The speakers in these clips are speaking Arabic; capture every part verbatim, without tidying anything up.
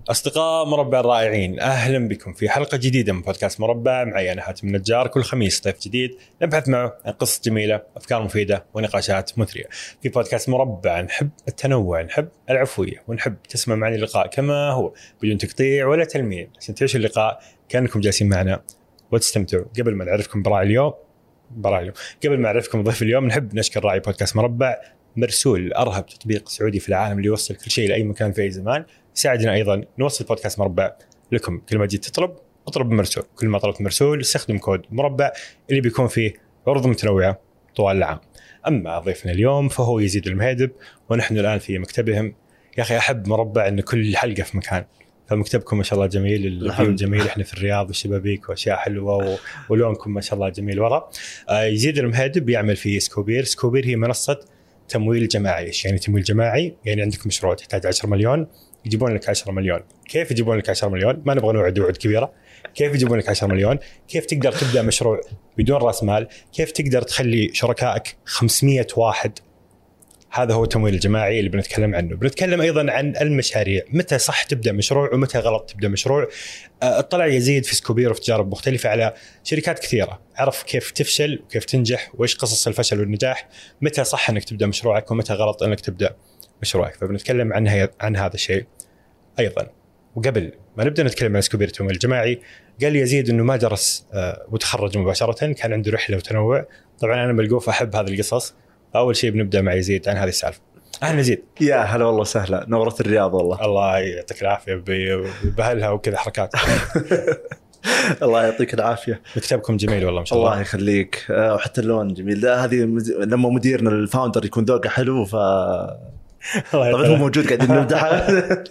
أصدقاء مربع الرائعين، أهلا بكم في حلقة جديدة من بودكاست مربع. معي أنا حاتم النجار. كل خميس ضيف جديد نبحث معه عن قصص جميلة، أفكار مفيدة ونقاشات مثرية. في بودكاست مربع نحب التنوع، نحب العفوية، ونحب تسمع معنا اللقاء كما هو بدون تقطيع ولا تلميع، عشان تعيشوا اللقاء كأنكم جالسين معنا وتستمتعوا. قبل ما نعرفكم براعي اليوم براعي اليوم قبل ما نعرفكم ضيف اليوم، نحب نشكر راعي بودكاست مربع، مرسول، أرهب تطبيق سعودي في العالم اللي يوصل كل شيء لأي مكان في أي زمان. يساعدنا أيضا نوصل بودكاست مربع لكم. كل ما جيت تطلب اطلب مرسول، كل ما طلبت مرسول استخدم كود مربع اللي بيكون فيه عروض متنوعة طوال العام. أما ضيفنا اليوم فهو يزيد المهيدب، ونحن الآن في مكتبهم. يا أخي أحب مربع أن كل حلقة في مكان، فمكتبكم ما شاء الله جميل، الفيو جميل، إحنا في الرياض والشبابيك وأشياء حلوة، ولونكم ما شاء الله جميل ورا. يزيد المهيدب يعمل في سكوبير. سكوبير هي منصة تمويل جماعي. إيش يعني تمويل جماعي؟ يعني عندك مشروع تحتاج عشرة مليون، يجيبون لك عشرة مليون. كيف يجيبون لك عشرة مليون؟ ما نبغى نوعد وعد كبيرة. كيف يجيبون لك عشرة مليون؟ كيف تقدر تبدأ مشروع بدون رأس مال؟ كيف تقدر تخلي شركائك خمسمية واحد؟ هذا هو التمويل الجماعي اللي بنتكلم عنه. بنتكلم أيضا عن المشاريع، متى صح تبدأ مشروع ومتى غلط تبدأ مشروع. اطلع يزيد في سكوبير وفي تجارب مختلفة على شركات كثيرة، عرف كيف تفشل وكيف تنجح وإيش قصص الفشل والنجاح، متى صح أنك تبدأ مشروعك ومتى غلط أنك تبدأ مشروعك. فبنتكلم عن هي... عن هذا الشيء أيضا. وقبل ما نبدأ نتكلم عن سكوبير التمويل الجماعي، قال لي يزيد إنه ما درس وتخرج مباشرة، كان عنده رحلة وتنوع. طبعا أنا ملقوف أحب هذه القصص. أول شيء بنبدأ مع يزيد عن هذه السالفة. أهلا يزيد. يا هلا والله، سهلة، نورة الرياض والله. الله يعطيك العافية بهلها وكذا حركات. الله يعطيك العافية. مكتبكم جميل والله ما شاء الله. الله يخليك، وحتى اللون جميل. ده هذه لما مديرنا الفاوندر يكون ذوقه حلو ف طبعا هو موجود قاعدين نمدحه.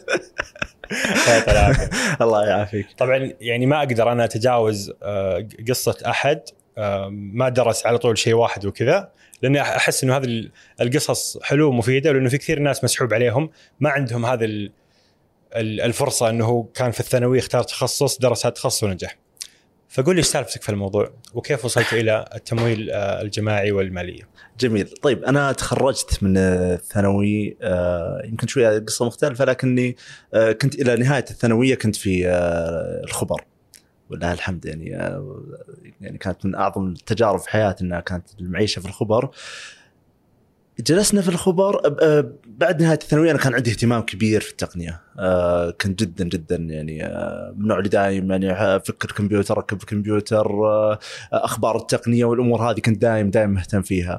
الله يعافيك. طبعا يعني ما أقدر أنا أتجاوز قصة أحد ما درس على طول شيء واحد وكذا، لأني أحس إنه هذه القصص حلوة ومفيدة، لأنه في كثير ناس مسحوب عليهم ما عندهم هذا الفرصة، أنه كان في الثانوية اختار تخصص، درس هذا التخصص ونجح. فقول لي إيش سالفتك في الموضوع وكيف وصلت إلى التمويل الجماعي والمالية؟ جميل. طيب أنا تخرجت من الثانوي، يمكن شوية قصة مختلفة، لكني كنت إلى نهاية الثانوية كنت في الخبر، والله الحمد. يعني يعني كانت من أعظم التجارب في حياتي أنها كانت المعيشة في الخبر. جلسنا في الخبر بعد نهاية الثانوية. أنا كان عندي اهتمام كبير في التقنية، كنت جدا جدا يعني من نوع اللي دايم يعني أفكر كمبيوتر، أركب كمبيوتر، أخبار التقنية والأمور هذه كنت دايم دايم مهتم فيها.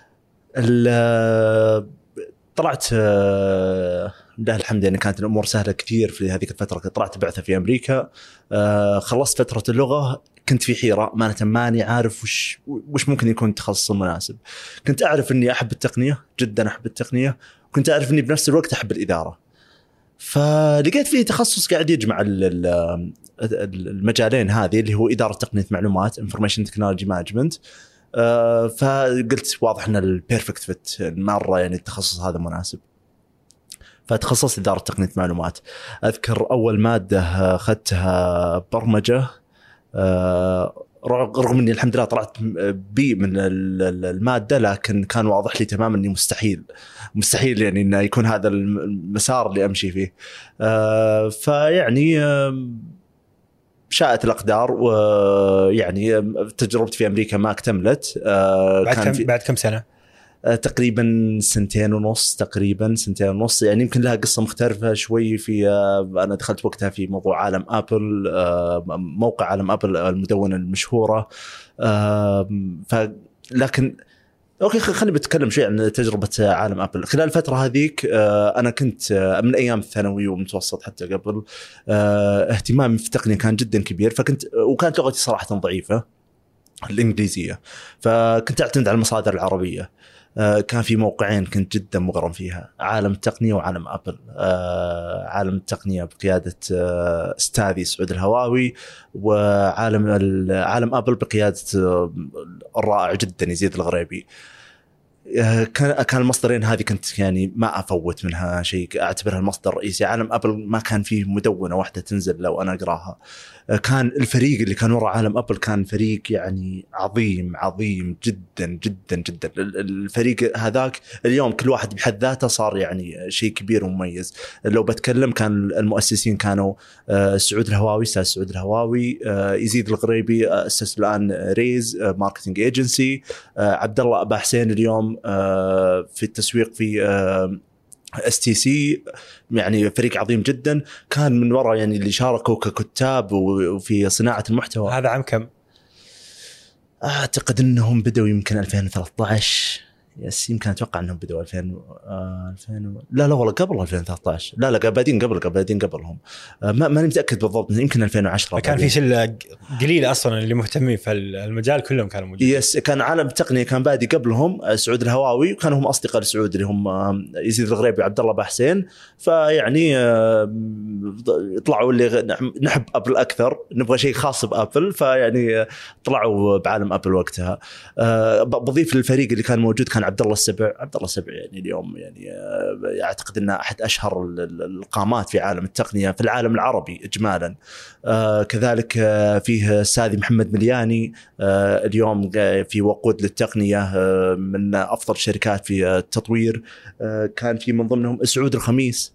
طلعت لله الحمد يعني كانت الأمور سهلة كثير في هذيك الفترة. طلعت بعثة في أمريكا، خلصت فترة اللغة، كنت في حيرة، ما ماني عارف وش وش ممكن يكون التخصص المناسب. كنت أعرف إني أحب التقنية، جدا أحب التقنية، وكنت أعرف إني بنفس الوقت أحب الإدارة. فلقيت فيه تخصص قاعد يجمع المجالين هذه، اللي هو إدارة تقنية معلومات Information Technology Management. فقلت واضح إن البيرفكت فيت مرة، يعني التخصص هذا مناسب. فتخصصت إدارة تقنية معلومات. أذكر أول مادة أخذتها برمجة، رغم أني الحمد لله طلعت بي من المادة، لكن كان واضح لي تماما أني مستحيل مستحيل يعني أن يكون هذا المسار اللي أمشي فيه. فيعني شاءت الأقدار، ويعني تجربتي في أمريكا ما اكتملت. بعد كم بعد كم سنة؟ تقريبا سنتين ونص، تقريبا سنتين ونص. يعني يمكن لها قصة مختلفة شوي. في أنا دخلت وقتها في موضوع عالم أبل، موقع عالم أبل المدونة المشهورة. ف لكن أوكي، خليني بتكلم شوي عن تجربة عالم أبل خلال الفترة هذيك. أنا كنت من أيام الثانوي ومتوسط حتى قبل، اهتمامي في التقنية كان جدا كبير. فكنت وكانت لغتي صراحة ضعيفة، الإنجليزية، فكنت أعتمد على المصادر العربية. كان في موقعين كنت جدا مغرم فيها، عالم التقنية وعالم أبل. عالم التقنية بقيادة أستاذي سعود الهواوي، وعالم عالم أبل بقيادة الرائع جدا يزيد الغريبي. كان كان المصدرين هذه كنت يعني ما افوت منها شيء، اعتبرها المصدر الرئيسي. عالم ابل ما كان فيه مدونه واحده تنزل لو انا اقراها. كان الفريق اللي كان وراء عالم ابل كان فريق يعني عظيم عظيم جدا جدا جدا. الفريق هذاك اليوم كل واحد بحد ذاته صار يعني شيء كبير ومميز. لو بتكلم كان المؤسسين كانوا سعود الهواوي، استاذ سعود الهواوي، يزيد الغريبي اسس الان ريز ماركتنج ايجنسي، عبد الله ابا حسين اليوم في التسويق في اس تي سي، يعني فريق عظيم جدا كان من وراء يعني اللي شاركوا ككتاب وفي صناعة المحتوى. هذا عام كم؟ أعتقد أنهم بدأوا يمكن ألفين وثلاثة عشر، يس يمكن أتوقع أنهم بدأوا ألفين آه ألفين لا لا والله قبل ألفين وثلاثة عشر، لا لا قبادين قبل قبادين قبلهم، آه ما ماني متأكد بالضبط، يمكن ألفين وعشرة. كان في شيء قليل أصلا اللي مهتمين في المجال، كلهم كانوا موجودين. يس كان عالم التقنية كان بادي قبلهم سعود الهواوي، وكانوا هم أصدقاء سعود اللي هم يزيد الغريبي وعبد الله بحسين. فيعني آه طلعوا اللي نحب أبل أكثر، نبغى شيء خاص بأبل، فيعني طلعوا بعالم أبل وقتها. آه بضيف للفريق اللي كان موجود كان عبد الله السبع. عبد الله السبع يعني اليوم يعني اعتقد انه احد اشهر القامات في عالم التقنيه في العالم العربي اجمالا. آه كذلك آه فيه السادي محمد ملياني، آه اليوم في وقود للتقنيه، آه من افضل الشركات في التطوير. آه كان في من ضمنهم سعود الخميس،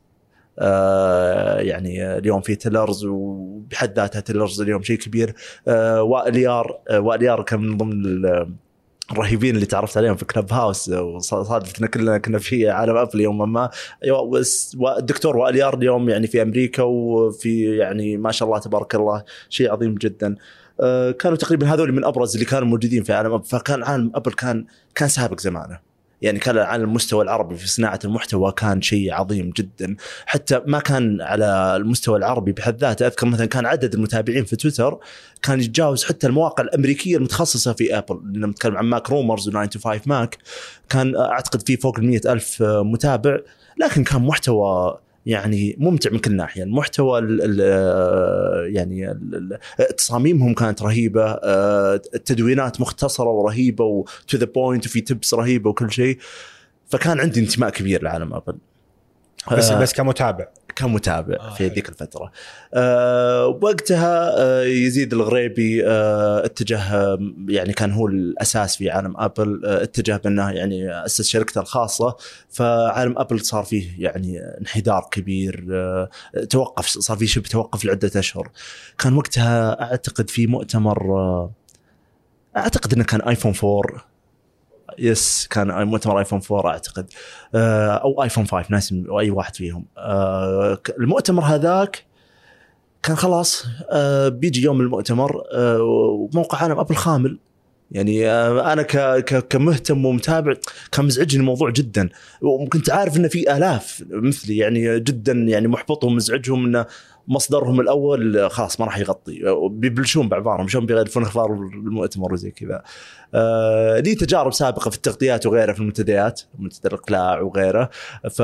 آه يعني اليوم في تيلرز، وبحد ذاتها تيلرز اليوم شيء كبير. آه وائل يار، آه وائل يار كان من ضمن الرهيبين اللي تعرفت عليهم في كلاب هاوس، وصادفتنا كلنا كنا في عالم أبل يوم ما. والدكتور وائل يار اليوم يعني في أمريكا، وفي يعني ما شاء الله تبارك الله شيء عظيم جدا. كانوا تقريبا هذول من أبرز اللي كانوا موجودين في عالم أبل. فكان عالم أبل كان كان سابق زمانه، يعني كان على المستوى العربي في صناعة المحتوى كان شيء عظيم جدا. حتى ما كان على المستوى العربي بحد ذاته، أذكر مثلا كان عدد المتابعين في تويتر كان يتجاوز حتى المواقع الأمريكية المتخصصة في أبل. لما نتكلم عن ماك رومرز و ناين تو فايف ماك كان أعتقد فيه فوق المئة ألف متابع، لكن كان محتوى يعني ممتع من كل ناحية. المحتوى ال ال يعني ال تصاميمهم كانت رهيبة، التدوينات مختصرة ورهيبة وتو ذا بوينت، وفي تبس رهيبة وكل شيء. فكان عندي انتماء كبير لعالم أبل، بس بس كمتابع كمتابع آه في ذيك الفترة. أه وقتها أه يزيد الغريبي أه اتجه، يعني كان هو الأساس في عالم أبل، أه اتجه بأنه يعني أسس شركته الخاصة. فعالم أبل صار فيه يعني انحدار كبير، أه توقف، صار فيه شبه توقف لعدة أشهر. كان وقتها أعتقد في مؤتمر، أه أعتقد أنه كان آيفون فور، يس كان مؤتمر ايفون فور اعتقد، او ايفون فايف، ناسي اي واحد فيهم. المؤتمر هذاك كان خلاص بيجي يوم المؤتمر وموقع عالم ابل خامل. يعني انا كمهتم ومتابع كان مزعجني الموضوع جدا، وكنت عارف انه في الاف مثلي يعني جدا يعني محبط ومزعجهم انه مصدرهم الاول خلاص ما راح يغطي، بيبلشون بعبارهم شلون بيغلفون اخبار المؤتمر وزي كذا. آه لي تجارب سابقه في التغطيات وغيرها في المنتديات، منتدى الاقلاع وغيره. ف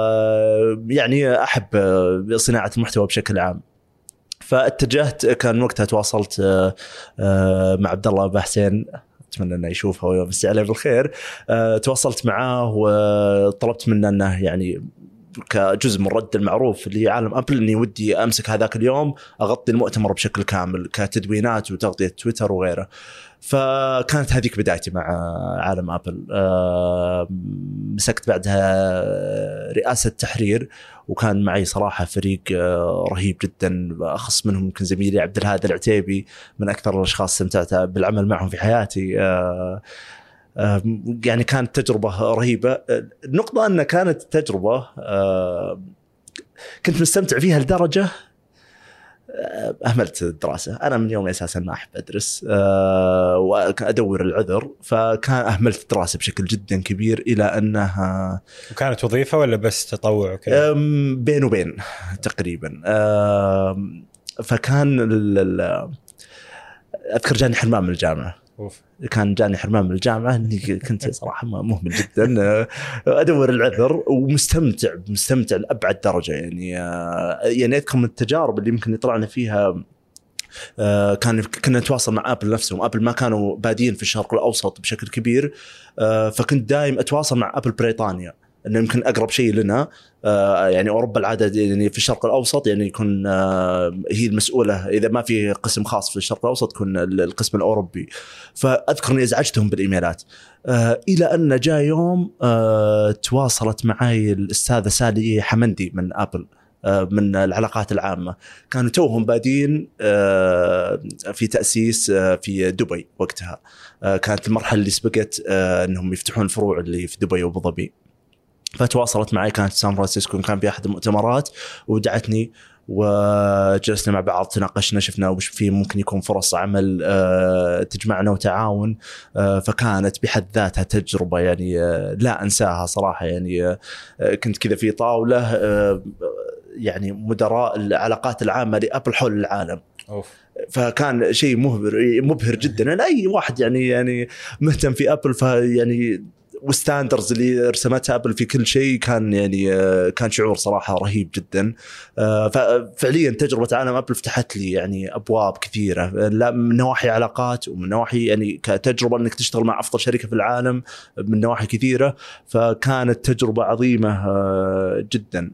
يعني احب صناعه المحتوى بشكل عام. فاتجهت، كان وقتها تواصلت آه آه مع عبد الله بحسين، اتمنى انه يشوفها ويمسي عليه بالخير. آه تواصلت معاه وطلبت منه انه يعني كجزء من رد المعروف لعالم أبل أني ودي أمسك هذاك اليوم أغطي المؤتمر بشكل كامل كتدوينات وتغطية تويتر وغيره. فكانت هذيك بدايتي مع عالم أبل. أه مسكت بعدها رئاسة تحرير، وكان معي صراحة فريق أه رهيب جدا، أخص منهم يمكن زميلي عبد الهادي العتيبي، من أكثر الأشخاص استمتعت بالعمل معهم في حياتي. أه يعني كانت تجربة رهيبة. النقطة أن كانت تجربة كنت مستمتع فيها لدرجة أهملت الدراسة. أنا من يوم أساسا ما أحب أدرس وأدور العذر، فكان أهملت الدراسة بشكل جدا كبير إلى أنها. وكانت وظيفة ولا بس تطوع وكذا؟ بين وبين تقريبا. فكان أذكر جاني حرمان من الجامعة. أوف. كان جاني حرمان من الجامعة إني كنت صراحة مهمل جدا، أدور العذر ومستمتع مستمتع لأبعد درجة. يعني يعني أذكر من التجارب اللي يمكن يطلعنا فيها آه كان كنا نتواصل مع ابل نفسهم. ابل ما كانوا بادين في الشرق الاوسط بشكل كبير، آه فكنت دائم اتواصل مع ابل بريطانيا انه يمكن اقرب شيء لنا. آه يعني اوروبا العاده يعني في الشرق الاوسط يعني يكون آه هي المسؤوله، اذا ما في قسم خاص في الشرق الاوسط يكون القسم الاوروبي. فاذكر اني ازعجتهم بالايميلات آه الى ان جاء يوم آه تواصلت معي الاستاذه سالي حمندي من ابل آه من العلاقات العامه. كانوا توهم بادين آه في تاسيس آه في دبي وقتها. آه كانت المرحله اللي سبقت آه انهم يفتحون الفروع اللي في دبي وابو ظبي. فتواصلت معي، كانت سان فرانسيسكو، كان في احد المؤتمرات ودعتني وجلسنا مع بعض، تناقشنا، شفنا وش في ممكن يكون فرص عمل أه تجمعنا وتعاون. أه فكانت بحد ذاتها تجربة يعني أه لا أنساها صراحة. يعني أه كنت كذا في طاولة أه يعني مدراء العلاقات العامة لأبل حول العالم. أوف. فكان شيء مبهر مبهر جدا لأي واحد يعني يعني مهتم في أبل. فيعني والستاندرز اللي رسمتها ابل في كل شيء كان يعني كان شعور صراحه رهيب جدا. ففعليا تجربه عالم ابل فتحت لي يعني ابواب كثيره، لا من نواحي علاقات ومن نواحي يعني كتجربه انك تشتغل مع افضل شركه في العالم من نواحي كثيره. فكانت تجربه عظيمه جدا.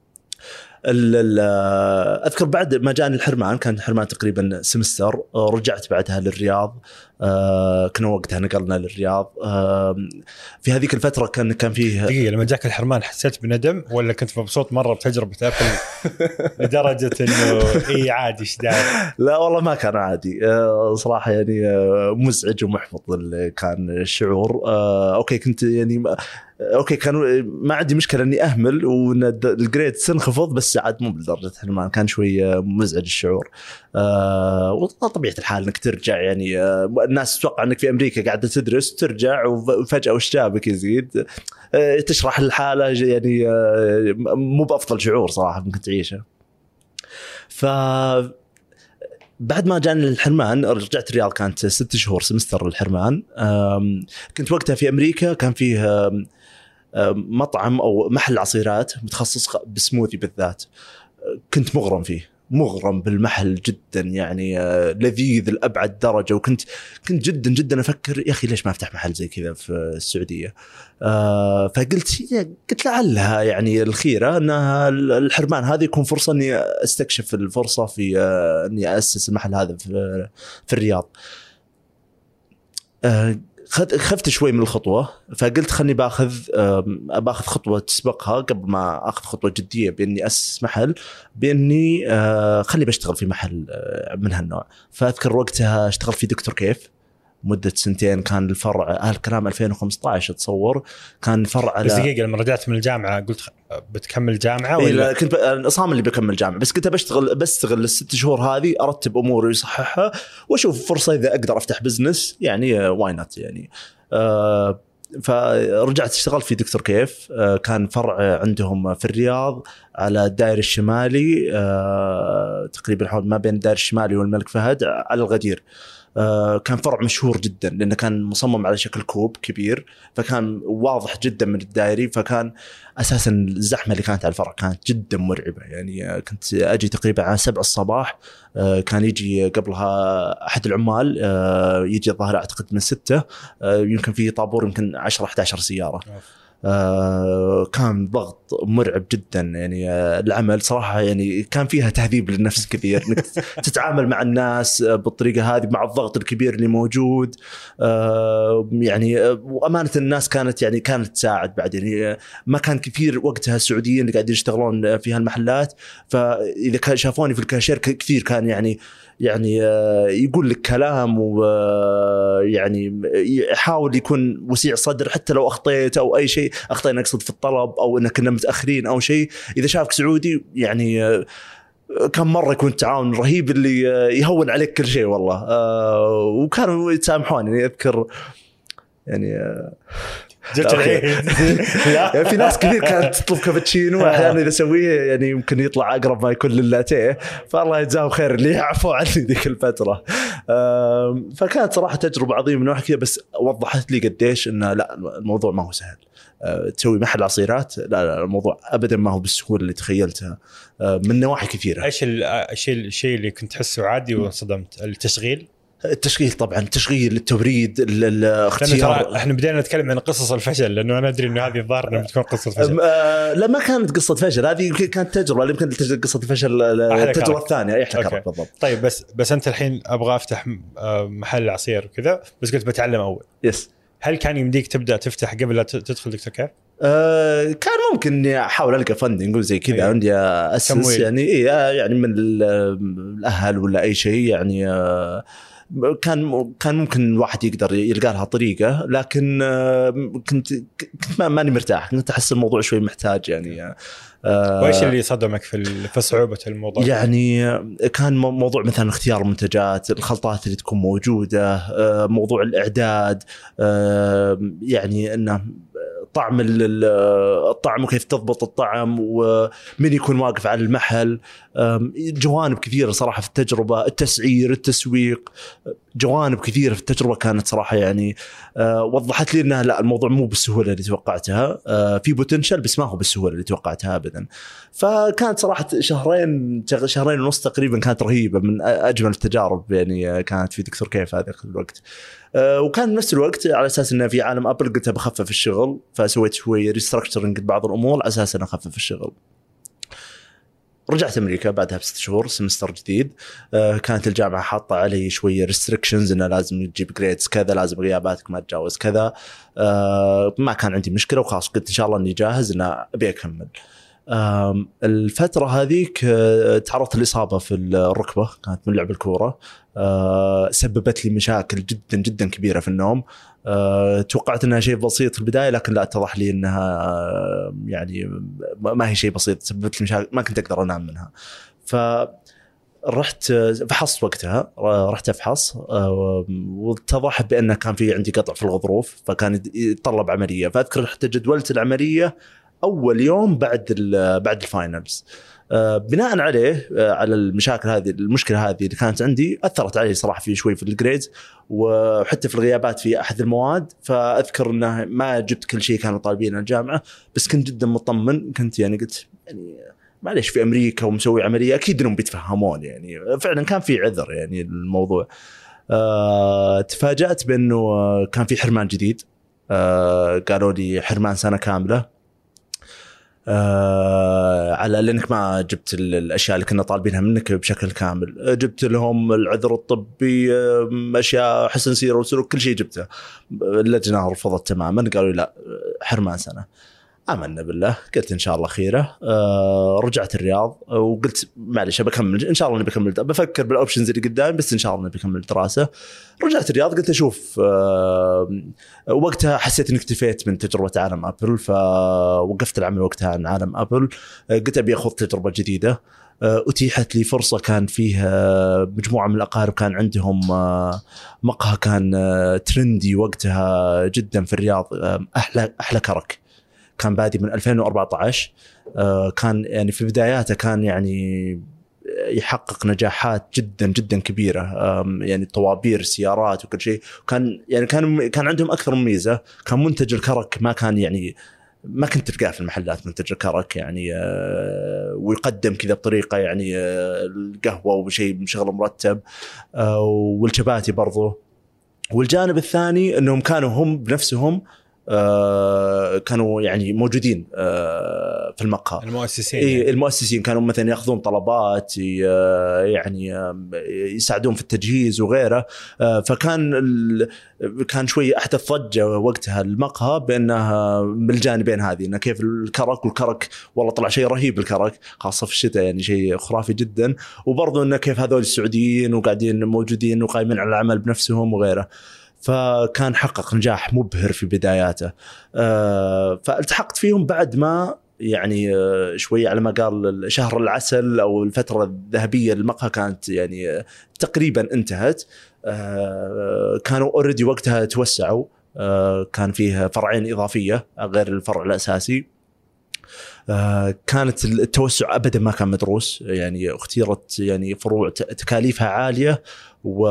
أذكر بعد ما جاني الحرمان، كان الحرمان تقريبا سمستر، رجعت بعدها للرياض. آه كنا وقتها نقلنا للرياض. آه في هذيك الفترة كان كان فيه دقيقة، لما جاك الحرمان حسيت بندم ولا كنت مبسوط مرة بتجربة أبل لدرجة إنه إيه عادي إيش داعي؟ لا والله ما كان عادي آه صراحة، يعني آه مزعج ومحبط كان الشعور. آه أوكي كنت يعني اوكي كانوا ما عندي مشكله اني اهمل وان الجريد تنخفض، بس عاد مو بدرجه الحرمان، كان شوي مزعج الشعور. آه وطبيعه الحال انك ترجع يعني آه الناس تتوقع انك في امريكا قاعده تدرس ترجع وفجاه وش جابك يزيد. آه تشرح الحاله يعني آه مو بافضل شعور صراحه ممكن تعيشه. ف بعد ما جاني الحرمان رجعت الرياض، كانت ست شهور سمستر الحرمان. كنت وقتها في امريكا، كان فيه مطعم أو محل عصيرات متخصص بسموذي بالذات، كنت مغرم فيه، مغرم بالمحل جدا يعني لذيذ لأبعد درجة. وكنت كنت جدا جدا أفكر يا أخي ليش ما أفتح محل زي كذا في السعودية. آه فقلت قلت لعلها يعني الخيرة أنها الحرمان هذه يكون فرصة أني أستكشف الفرصة في آه أني أسس المحل هذا في, في الرياض. آه خفت شوي من الخطوة، فقلت خلني باخذ باخذ خطوة تسبقها قبل ما أخذ خطوة جدية بإني أسس محل، بإني خلني بشتغل في محل من هالنوع. فأذكر وقتها اشتغلت في دكتور كيف مدة سنتين، كان الفرع أهل كلام ألفين وخمسة عشر أتصور، كان فرع على... بس دقيقة لما رجعت من الجامعة قلت بتكمل جامعة ولا؟ إيه كنت أصامل اللي بكمل جامعة، بس كنت بشتغل بستغل الست شهور هذه أرتب أموري ويصححها وأشوف فرصة إذا أقدر أفتح بزنس يعني واي نوت يعني. آه فرجعت اشتغلت في دكتور كيف. آه كان فرع عندهم في الرياض على الدائري الشمالي، آه تقريبا حول ما بين الدائري الشمالي والملك فهد على الغدير. آه كان فرع مشهور جدا لأنه كان مصمم على شكل كوب كبير، فكان واضح جدا من الدائري. فكان أساسا الزحمة اللي كانت على الفرع كانت جدا مرعبة يعني. آه كنت أجي تقريبا على سبع الصباح، آه كان يجي قبلها أحد العمال، آه يجي الظاهر أعتقد من ستة، آه يمكن في طابور يمكن عشرة إحدى عشر سيارة. آه كان ضغط مرعب جدا يعني. آه العمل صراحة يعني كان فيها تهذيب للنفس كثير، انك تتعامل مع الناس بالطريقة هذه مع الضغط الكبير اللي موجود. آه يعني آه وأمانة الناس كانت يعني كانت تساعد بعد يعني. ما كان كثير وقتها السعوديين اللي قاعدين يشتغلون في هالمحلات، فإذا كان شافوني في الكاشير كثير كان يعني يعني يقول لك كلام ويعني يحاول يكون وسيع صدر حتى لو أخطيت أو أي شيء، أخطينا نقصد في الطلب أو إن كنا متأخرين أو شيء، إذا شافك سعودي يعني كان مرة يكون تعاون رهيب اللي يهون عليك كل شيء والله. وكانوا يتسامحون يعني. أذكر يعني جبت العيد. يعني في ناس كثير كانت تطلب كابتشينو واحيانا اذا اسويه يعني يمكن يطلع اقرب ما يكون للاتيه، فالله يجزاهم خير اللي عفوا عني ذيك الفتره. فكانت صراحه تجربه عظيمه من نوع كذا، بس وضحت لي قديش انه لا الموضوع ما هو سهل. تسوي محل عصيرات لا, لا الموضوع ابدا ما هو بالسهوله اللي تخيلتها من نواحي كثيره. ايش الشيء الشيء اللي كنت تحسه عادي وانصدمت؟ التشغيل التشغيل طبعا، التشغيل، التبريد، الاختيار. احنا بدينا نتكلم عن قصص الفشل لانه انا ادري انه هذه الظاهر انها بتكون قصه فشل. أه لا ما كانت قصه فشل، هذه كانت تجربه. يمكن قصه الفشل التجربه الثانيه اي حكرت بالضبط. طيب بس بس انت الحين ابغى افتح محل عصير وكذا، بس قلت بتعلم اول. يس. هل كان يمديك تبدا تفتح قبل لا تدخل دكتور كيف؟ أه كان ممكن اني احاول القى فندنج وزي كذا، عندي اسس يعني ايه يعني من الاهل ولا اي شيء يعني. أه كان كان ممكن الواحد يقدر يلقى لها طريقه، لكن كنت كنت ماني مرتاح، كنت احس الموضوع شوي محتاج يعني. آه وايش اللي صدمك في في صعوبه الموضوع؟ يعني كان موضوع مثلا اختيار المنتجات، الخلطات اللي تكون موجوده، آه موضوع الاعداد، آه يعني انه طعم الطعم وكيف تضبط الطعم ومن يكون واقف على المحل. جوانب كثيرة صراحة في التجربة، التسعير، التسويق، جوانب كثيرة في التجربة كانت صراحة يعني وضحت لي أنها لا الموضوع مو بالسهولة اللي توقعتها، في بوتنشل بس ما هو بالسهولة اللي توقعتها أبدا. فكانت صراحة شهرين شهرين ونص تقريبا كانت رهيبة، من أجمل التجارب يعني كانت في دكتور كيف هذا الوقت. وكان نفس الوقت على أساس أنه في عالم أبل قلت بخفف الشغل، فسويت شوي ريستراكتشرنج بعض الأمور على أساس أن أخفف الشغل. رجعت أمريكا بعدها بست شهور سمستر جديد. كانت الجامعة حاطة علي شوية ريستريكشنز إنه لازم تجيب جريدز كذا، لازم غياباتك ما تجاوز كذا. ما كان عندي مشكلة وخلاص قلت إن شاء الله إني جاهز إن أبي أكمل. الفترة هذيك تعرضت لإصابة في الركبة، كانت من لعب الكورة، سببت لي مشاكل جدا جدا كبيرة في النوم. توقعت أنها شيء بسيط في البداية، لكن لا اتضح لي أنها يعني ما هي شيء بسيط، سببت لي مشاكل ما كنت أقدر أنام منها. فرحت فحصت وقتها، رحت أفحص واتضح بأنه كان في عندي قطع في الغضروف، فكان يتطلب عملية. فأذكر حتى جدولت العملية أول يوم بعد بعد الفاينلز. بناء عليه على المشاكل هذه المشكلة هذه اللي كانت عندي أثرت علي صراحة في شوي في الجريدز وحتى في الغيابات في أحد المواد. فأذكر أنه ما جبت كل شيء كانوا طالبين الجامعة، بس كنت جدا مطمن. كنت يعني قلت يعني معليش في أمريكا ومسوي عملية أكيد إنهم بيتفهمون يعني. فعلا كان في عذر يعني الموضوع. أه تفاجأت بأنه كان في حرمان جديد. أه قالوا لي حرمان سنة كاملة آه على لأنك ما جبت الأشياء اللي كنا طالبينها منك بشكل كامل. جبت لهم العذر الطبي، أشياء حسن سيرة وسلوك، كل شيء جبته. اللجنة رفضت تماما، قالوا لا حرمان سنة. آمنا بالله، قلت إن شاء الله خيرة. آه رجعت الرياض وقلت معلش بكمل إن شاء الله، أنا بكمل بفكر بالأوبشنز اللي قدامي، بس إن شاء الله أنا بكمل دراسة. رجعت الرياض قلت أشوف. آه وقتها حسيت إني اكتفيت من تجربة عالم أبل، فوقفت العمل وقتها عن عالم أبل. آه قلت أبي أخذ تجربة جديدة. آه أتيحت لي فرصة، كان فيها مجموعة من الأقارب كان عندهم آه مقهى كان آه ترندي وقتها جدا في الرياض، آه أحلى أحلى كرك، كان بادي من ألفين وأربعة عشر. آه كان يعني في بداياته كان يعني يحقق نجاحات جدا جدا كبيرة، يعني طوابير سيارات وكل شيء. كان يعني كان كان عندهم أكثر من ميزة، كان منتج الكرك ما كان يعني ما كنت تلقاه في المحلات منتج الكرك يعني، آه ويقدم كذا بطريقة يعني آه القهوة وشيء بشغل مرتب، آه والشباتي برضو. والجانب الثاني أنهم كانوا هم بنفسهم آه كانوا يعني موجودين آه في المقهى، المؤسسين إيه يعني. المؤسسين كانوا مثلا ياخذون طلبات، آه يعني آه يساعدون في التجهيز وغيره. آه فكان كان شوي أحدث ضجة وقتها المقهى بأنها من الجانبين هذه، إنه كيف الكرك، والكرك والله طلع شيء رهيب الكرك خاصة في الشتاء يعني شيء خرافي جدا. وبرضو إنه كيف هذول السعوديين وقاعدين موجودين وقايمين على العمل بنفسهم وغيره. فكان حقق نجاح مبهر في بداياته. أه فالتحقت فيهم بعد ما يعني أه شوي على ما قال شهر العسل أو الفترة الذهبية للمقهى كانت يعني أه تقريبا انتهت. أه كانوا أوريدي وقتها توسعوا، كان فيه فرعين إضافية غير الفرع الأساسي. كانت التوسع أبدا ما كان مدروس، يعني اختيرت يعني فروع تكاليفها عالية، و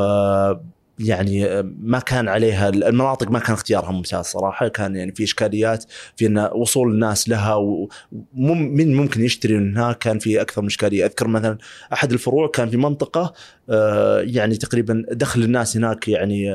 يعني ما كان عليها المناطق، ما كان اختيارها ممتاز صراحة. كان يعني في إشكاليات في أن وصول الناس لها ومن ممكن يشتري منها، كان في أكثر من إشكالية. أذكر مثلا أحد الفروع كان في منطقة يعني تقريبا دخل الناس هناك يعني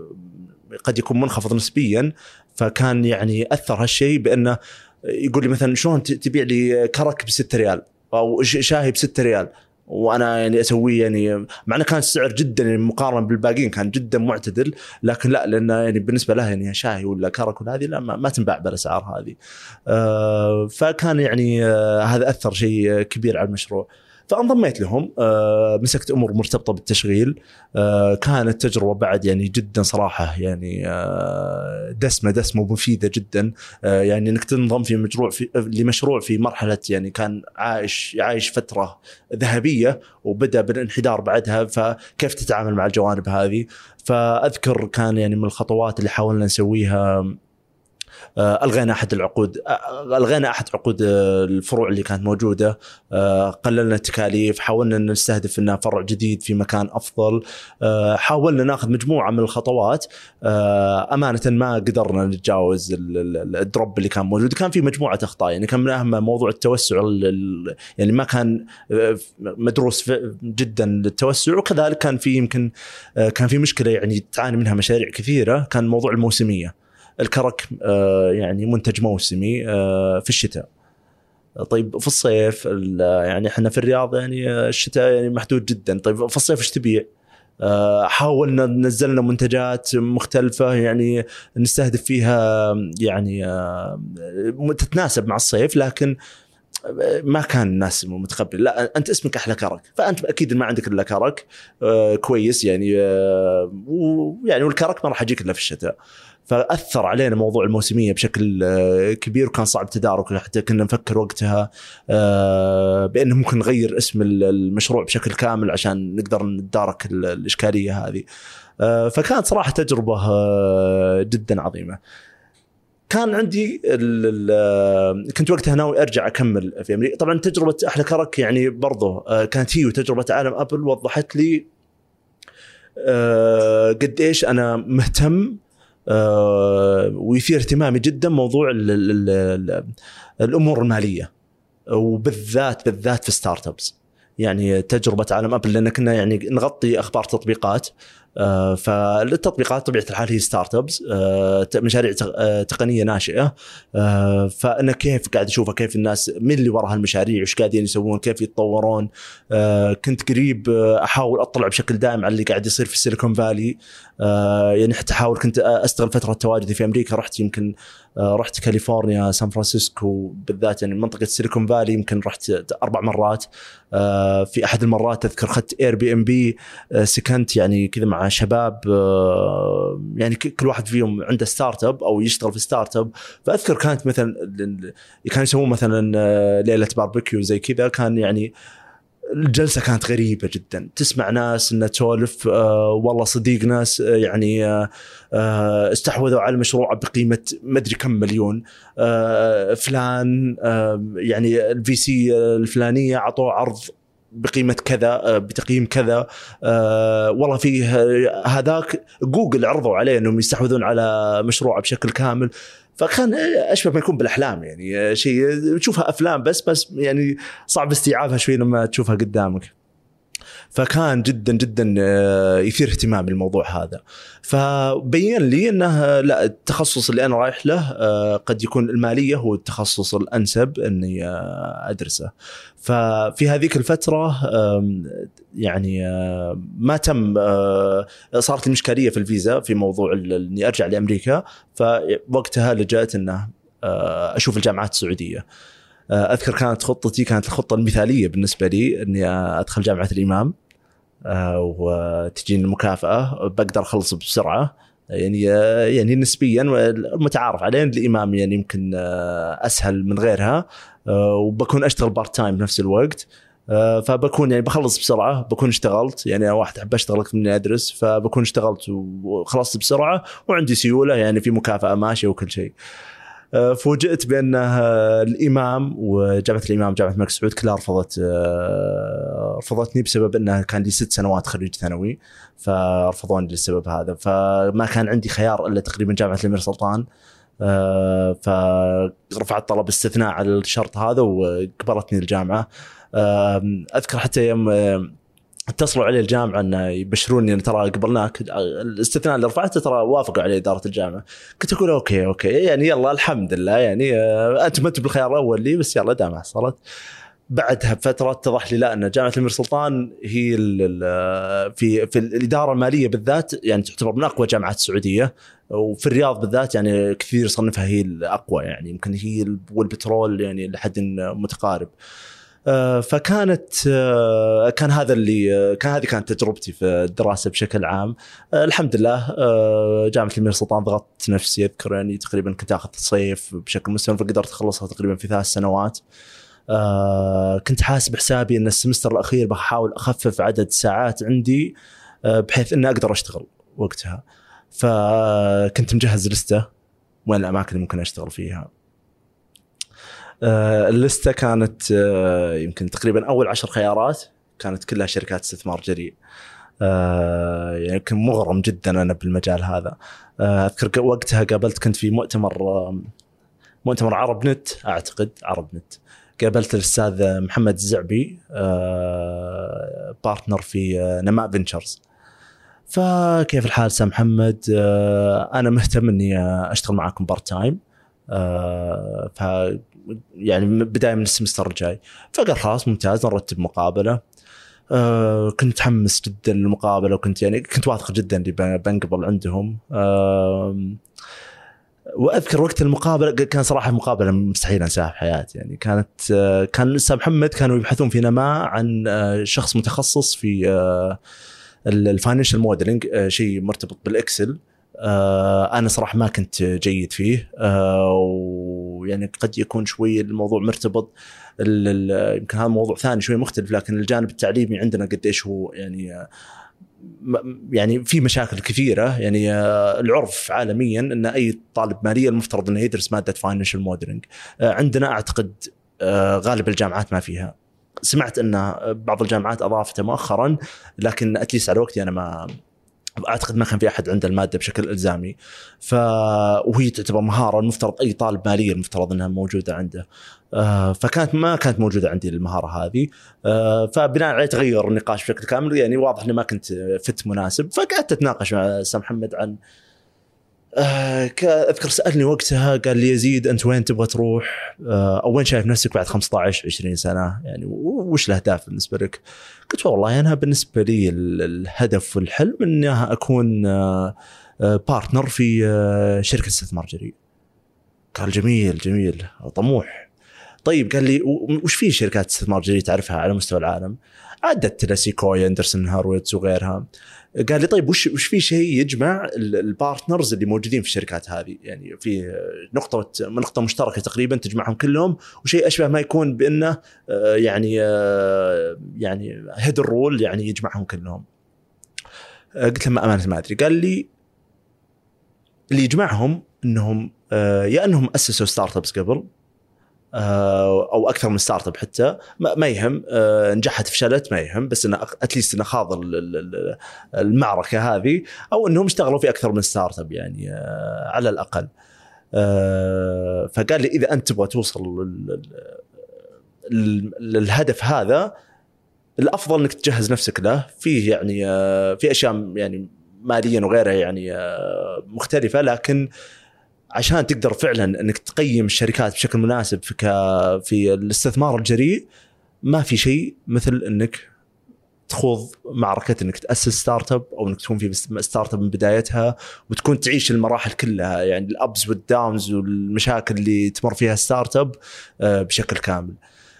قد يكون منخفض نسبيا، فكان يعني أثر هالشيء بأنه يقول لي مثلا شلون تبيع لي كرك بستة ريال أو شاهي بستة ريال وانا يعني اسويه، يعني معناه كان السعر جدا يعني مقارنه بالباقيين كان جدا معتدل، لكن لا، لانه يعني بالنسبه له يعني شاهي ولا كرك ولا هذه لا ما, ما تنباع بالاسعار هذه. آه فكان يعني آه هذا اثر شيء كبير على المشروع. فانضميت لهم، آه مسكت امور مرتبطه بالتشغيل. آه كانت تجربه بعد يعني جدا صراحه يعني آه دسمه دسمه ومفيده جدا. آه يعني انك تنضم في مشروع في لمشروع في مرحله يعني كان عايش عايش فتره ذهبيه وبدا بالانحدار بعدها، فكيف تتعامل مع الجوانب هذه. فاذكر كان يعني من الخطوات اللي حاولنا نسويها ألغينا أحد العقود ألغينا أحد عقود الفروع اللي كانت موجودة، قللنا التكاليف، حاولنا نستهدف إنها فرع جديد في مكان أفضل، حاولنا نأخذ مجموعة من الخطوات. أمانة ما قدرنا نتجاوز الدروب اللي كان موجود، كان في مجموعة أخطاء. يعني كان من أهم موضوع التوسع، يعني ما كان مدروس جدا للتوسع، وكذلك كان في يمكن كان في مشكلة يعني تعاني منها مشاريع كثيرة، كان موضوع الموسمية. الكرك يعني منتج موسمي في الشتاء، طيب في الصيف يعني احنا في الرياض يعني الشتاء يعني محدود جدا، طيب في الصيف ايش تبيع؟ حاولنا نزلنا منتجات مختلفة يعني نستهدف فيها يعني تتناسب مع الصيف، لكن ما كان الناس متقبل. لا انت اسمك احلى كرك، فانت اكيد ما عندك الا كرك كويس يعني، ويعني والكرك ما راح يجيك الا في الشتاء. فأثر علينا موضوع الموسمية بشكل كبير، وكان صعب تدارك. حتى كنا نفكر وقتها بأنه ممكن نغير اسم المشروع بشكل كامل عشان نقدر ندارك الإشكالية هذه. فكانت صراحة تجربة جدا عظيمة. كان عندي كنت وقتها ناوي أرجع أكمل في أمريكا. طبعا تجربة أحلى كرك يعني برضو كانت هي وتجربة عالم أبل وضحت لي قد إيش أنا مهتم ويثير اهتمامي جدا موضوع ال ال ال الأمور المالية، وبالذات بالذات في ستارت ابس. يعني تجربة عالم أبل لأن كنا يعني نغطي أخبار تطبيقات، فالتطبيقات طبيعة الحال هي ستارت ابس، مشاريع تقنية ناشئة، فأنا كيف قاعد أشوفها، كيف الناس من اللي وراها المشاريع وش قاعدين يسوون، كيف يتطورون. كنت قريب أحاول أطلع بشكل دائم على اللي قاعد يصير في السيليكون فالي، يعني حتى أحاول كنت أستغل فترة تواجدي في أمريكا، رحت يمكن رحت كاليفورنيا سان فرانسيسكو بالذات، يعني منطقة السيليكون فالي يمكن رحت أربع مرات. في أحد المرات أذكر خدت اير بي ام بي، سكنت يعني كذا مع شباب يعني كل واحد فيهم عنده ستارت اب أو يشتغل في ستارت اب. فأذكر كانت مثلا كانوا يسوون مثلا ليلة باربيكيو زي كذا، كان يعني الجلسة كانت غريبة جدا، تسمع ناس إنها تسولف آه والله صديق ناس آه يعني آه استحوذوا على المشروع بقيمة مدري كم مليون، آه فلان آه يعني الفي سي الفلانية عطوه عرض بقيمة كذا بتقييم كذا، آه والله فيه هذاك جوجل عرضوا عليه أنهم يستحوذون على مشروع بشكل كامل. فكان أشبه ما يكون بالأحلام، يعني شيء تشوفها أفلام بس بس يعني صعب استيعابها شوي لما تشوفها قدامك. فكان جدا جدا يثير اهتمام بالموضوع هذا. فبين لي أنه لا، التخصص اللي أنا رايح له قد يكون المالية هو التخصص الأنسب أني أدرسه. ففي هذيك الفترة يعني ما تم، صارت لي مشكلة في الفيزا في موضوع أني أرجع لأمريكا، فوقتها لجأت أنه أشوف الجامعات السعودية. أذكر كانت خطتي كانت الخطة المثالية بالنسبة لي أني أدخل جامعة الإمام وتجيني المكافأة، بقدر أخلص بسرعة يعني يعني نسبيا، والمتعارف عليه الإمام يعني يمكن أسهل من غيرها، وبكون أشتغل بارت تايم بنفس الوقت. فبكون يعني بخلص بسرعه، بكون اشتغلت، يعني أنا واحد احب اشتغل اكثر من اني ادرس، فبكون اشتغلت وخلصت بسرعه وعندي سيوله، يعني في مكافاه ماشيه وكل شيء. فوجئت بأن الإمام وجامعة الإمام جامعة الملك سعود كلها رفضت رفضتني بسبب أنها كان لي ست سنوات خريج ثانوي، فرفضوني للسبب هذا. فما كان عندي خيار إلا تقريبا جامعة الأمير سلطان، فرفعت طلب استثناء على الشرط هذا وقبلتني الجامعة. أذكر حتى يوم اتصلوا علي الجامعة أن يبشروني أن ترى قبلناك، الاستثناء اللي رفعته ترى وافقوا عليه إدارة الجامعة. كنت أقول أوكي أوكي يعني يلا الحمد لله، يعني أنتم أنتم بالخيار الأول لي، بس يلا دام حصلت. بعدها بفترة اتضح لي لا، أن جامعة الأمير سلطان هي في في الإدارة المالية بالذات يعني تعتبر من أقوى جامعات السعودية، وفي الرياض بالذات يعني كثير يصنفها هي الأقوى، يعني يمكن هي والبترول يعني لحد متقارب. فكانت كان هذا اللي كان هذه كانت تجربتي في الدراسة بشكل عام. الحمد لله جامعة الأمير سلطان ضغطت نفسي، أذكر يعني تقريبا كنت أخذ الصيف بشكل مستمر، فقدرت أخلصها تقريبا في ثلاث سنوات. كنت حاسب حسابي أن السمستر الأخير بحاول أخفف عدد ساعات عندي بحيث أن أقدر أشتغل وقتها، فكنت مجهز لستة وين الأماكن اللي ممكن أشتغل فيها. اللستة كانت يمكن تقريبا أول عشر خيارات كانت كلها شركات استثمار جريء، يعني يمكن مغرم جدا أنا بالمجال هذا. أذكر وقتها قابلت، كنت في مؤتمر مؤتمر عرب نت، أعتقد عرب نت، قابلت الأستاذ محمد الزعبي بارتنر في نماء فينتشرز. فكيف الحال سام محمد، أنا مهتم أني أشتغل معاكم بارت تايم، ف يعني بداية من السمستر الجاي. فقال خلاص ممتاز نرتب مقابلة. أه كنت متحمس جدا للمقابلة، وكنت يعني كنت واثق جدا اللي بنقبل عندهم. أه وأذكر وقت المقابلة كان صراحة مقابلة مستحيل أنساها في حياتي، يعني كانت أه كان أستاذ محمد كانوا يبحثون في نماء عن أه شخص متخصص في أه الفاينانشال موديلينج، أه شيء مرتبط بالإكسل. أه أنا صراحة ما كنت جيد فيه، أه ويعني قد يكون شوي الموضوع مرتبط، يمكن هذا موضوع ثاني شوي مختلف، لكن الجانب التعليمي عندنا قديش هو يعني يعني في مشاكل كثيرة. يعني العرف عالميا أن أي طالب مالية المفترض أنه يدرس مادة فاينانشال موديلينج، أعتقد أعتقد غالب الجامعات ما فيها. سمعت أن بعض الجامعات أضافته مؤخرا، لكن أتليس على وقتي أنا ما أعتقد ما كان في أحد عنده المادة بشكل إلزامي. ف وهي تعتبر مهارة المفترض أي طالب مالية المفترض أنها موجودة عنده، فكانت ما كانت موجودة عندي المهارة هذه. فبناء عليه تغير النقاش بشكل كامل، يعني واضح أني ما كنت فت مناسب. فقعدت أتناقش مع سام محمد عن أذكر سألني وقتها قال لي يزيد أنت وين تبغى تروح، أو وين شايف نفسك بعد خمسة عشر عشرين سنة، يعني وش الأهداف بالنسبة لك؟ قلت والله أنا بالنسبة لي الهدف والحلم أنها أكون بارتنر في شركة استثمار جريء. قال جميل جميل طموح. طيب قال لي وش في شركات استثمار جريء تعرفها على مستوى العالم؟ عدت لسيكويا، اندرسون هارويتس وغيرها. قال لي طيب وش وش في شيء يجمع البارتنرز اللي موجودين في الشركات هذه، يعني في نقطة نقطة مشتركة تقريبا تجمعهم كلهم، وشيء أشبه ما يكون بأنه يعني يعني هيد الرول يعني يجمعهم كلهم. قلت له ما أمانة ما أدري. قال لي اللي يجمعهم أنهم يا أنهم أسسوا ستارت أبس قبل، او اكثر من ستارت اب حتى ما يهم، نجحت فشلت ما يهم، بس ان اتليست ان خاض المعركه هذه، او انهم اشتغلوا في اكثر من ستارت اب يعني على الاقل. فقال لي اذا انت تبغى توصل للهدف هذا الافضل انك تجهز نفسك له، فيه يعني في اشياء يعني ماليا وغيرها يعني مختلفه، لكن عشان تقدر فعلا انك تقيم الشركات بشكل مناسب في في الاستثمار الجريء ما في شيء مثل انك تخوض معركه انك تاسس ستارت اب، او انك تكون في ستارت اب من بدايتها وتكون تعيش المراحل كلها، يعني الابز والداونز والمشاكل اللي تمر فيها ستارت اب بشكل كامل.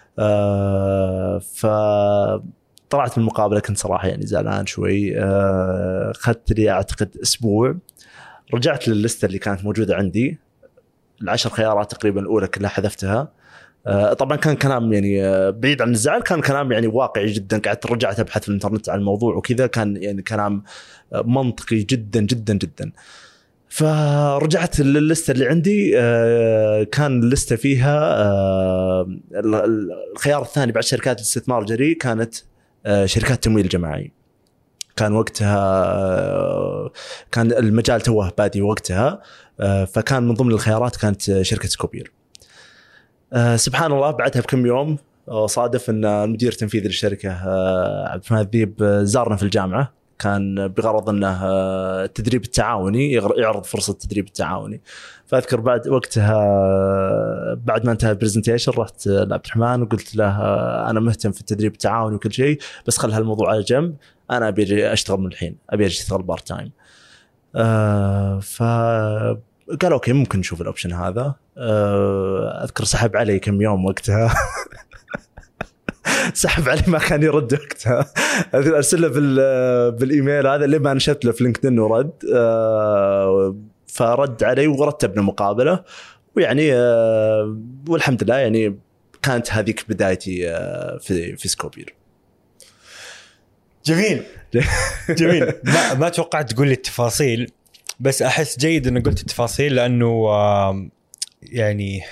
ف طلعت من المقابله كنت صراحه يعني زعلان شوي. اخذت لي اعتقد اسبوع، رجعت لللستة اللي كانت موجودة عندي، العشر خيارات تقريبا الأولى كلها حذفتها، طبعا كان كلام يعني بعيد عن الزعل، كان كلام يعني واقعي جدا. قعدت رجعت ابحث في الانترنت عن الموضوع وكذا، كان يعني كلام منطقي جدا جدا جدا. فرجعت لللستة اللي عندي، كان اللستة فيها الخيار الثاني بعد شركات الاستثمار الجريء كانت شركات تمويل جماعي. كان وقتها كان المجال توه بادي وقتها، فكان من ضمن الخيارات كانت شركة سكوبير. سبحان الله بعدها بكم يوم صادف أن المدير التنفيذي للشركة عبد الرحمن الذيب زارنا في الجامعة، كان بغرض أنه التدريب التعاوني، يعرض فرصة التدريب التعاوني. فأذكر بعد وقتها بعد ما انتهى البرزنتيشن رحت لعبد الرحمن وقلت له أنا مهتم في التدريب التعاوني وكل شيء، بس خل هالموضوع على جنب، أنا أبي أشتغل من الحين، أبي أشتغل بارت تايم. آه فقال أوكي ممكن نشوف الأوبشن هذا. آه أذكر سحب علي كم يوم وقتها سحب علي ما كان يرد وقتها، أرسل له بالإيميل هذا اللي ما نشرت له في لينكدين ورد. آه فرد علي ورتبنا مقابلة، ويعني آه والحمد لله يعني كانت هذيك بدايتي آه في في سكوبير. جميل جميل. ما ما توقعت تقول لي التفاصيل، بس أحس جيد إن قلت التفاصيل، لأنه يعني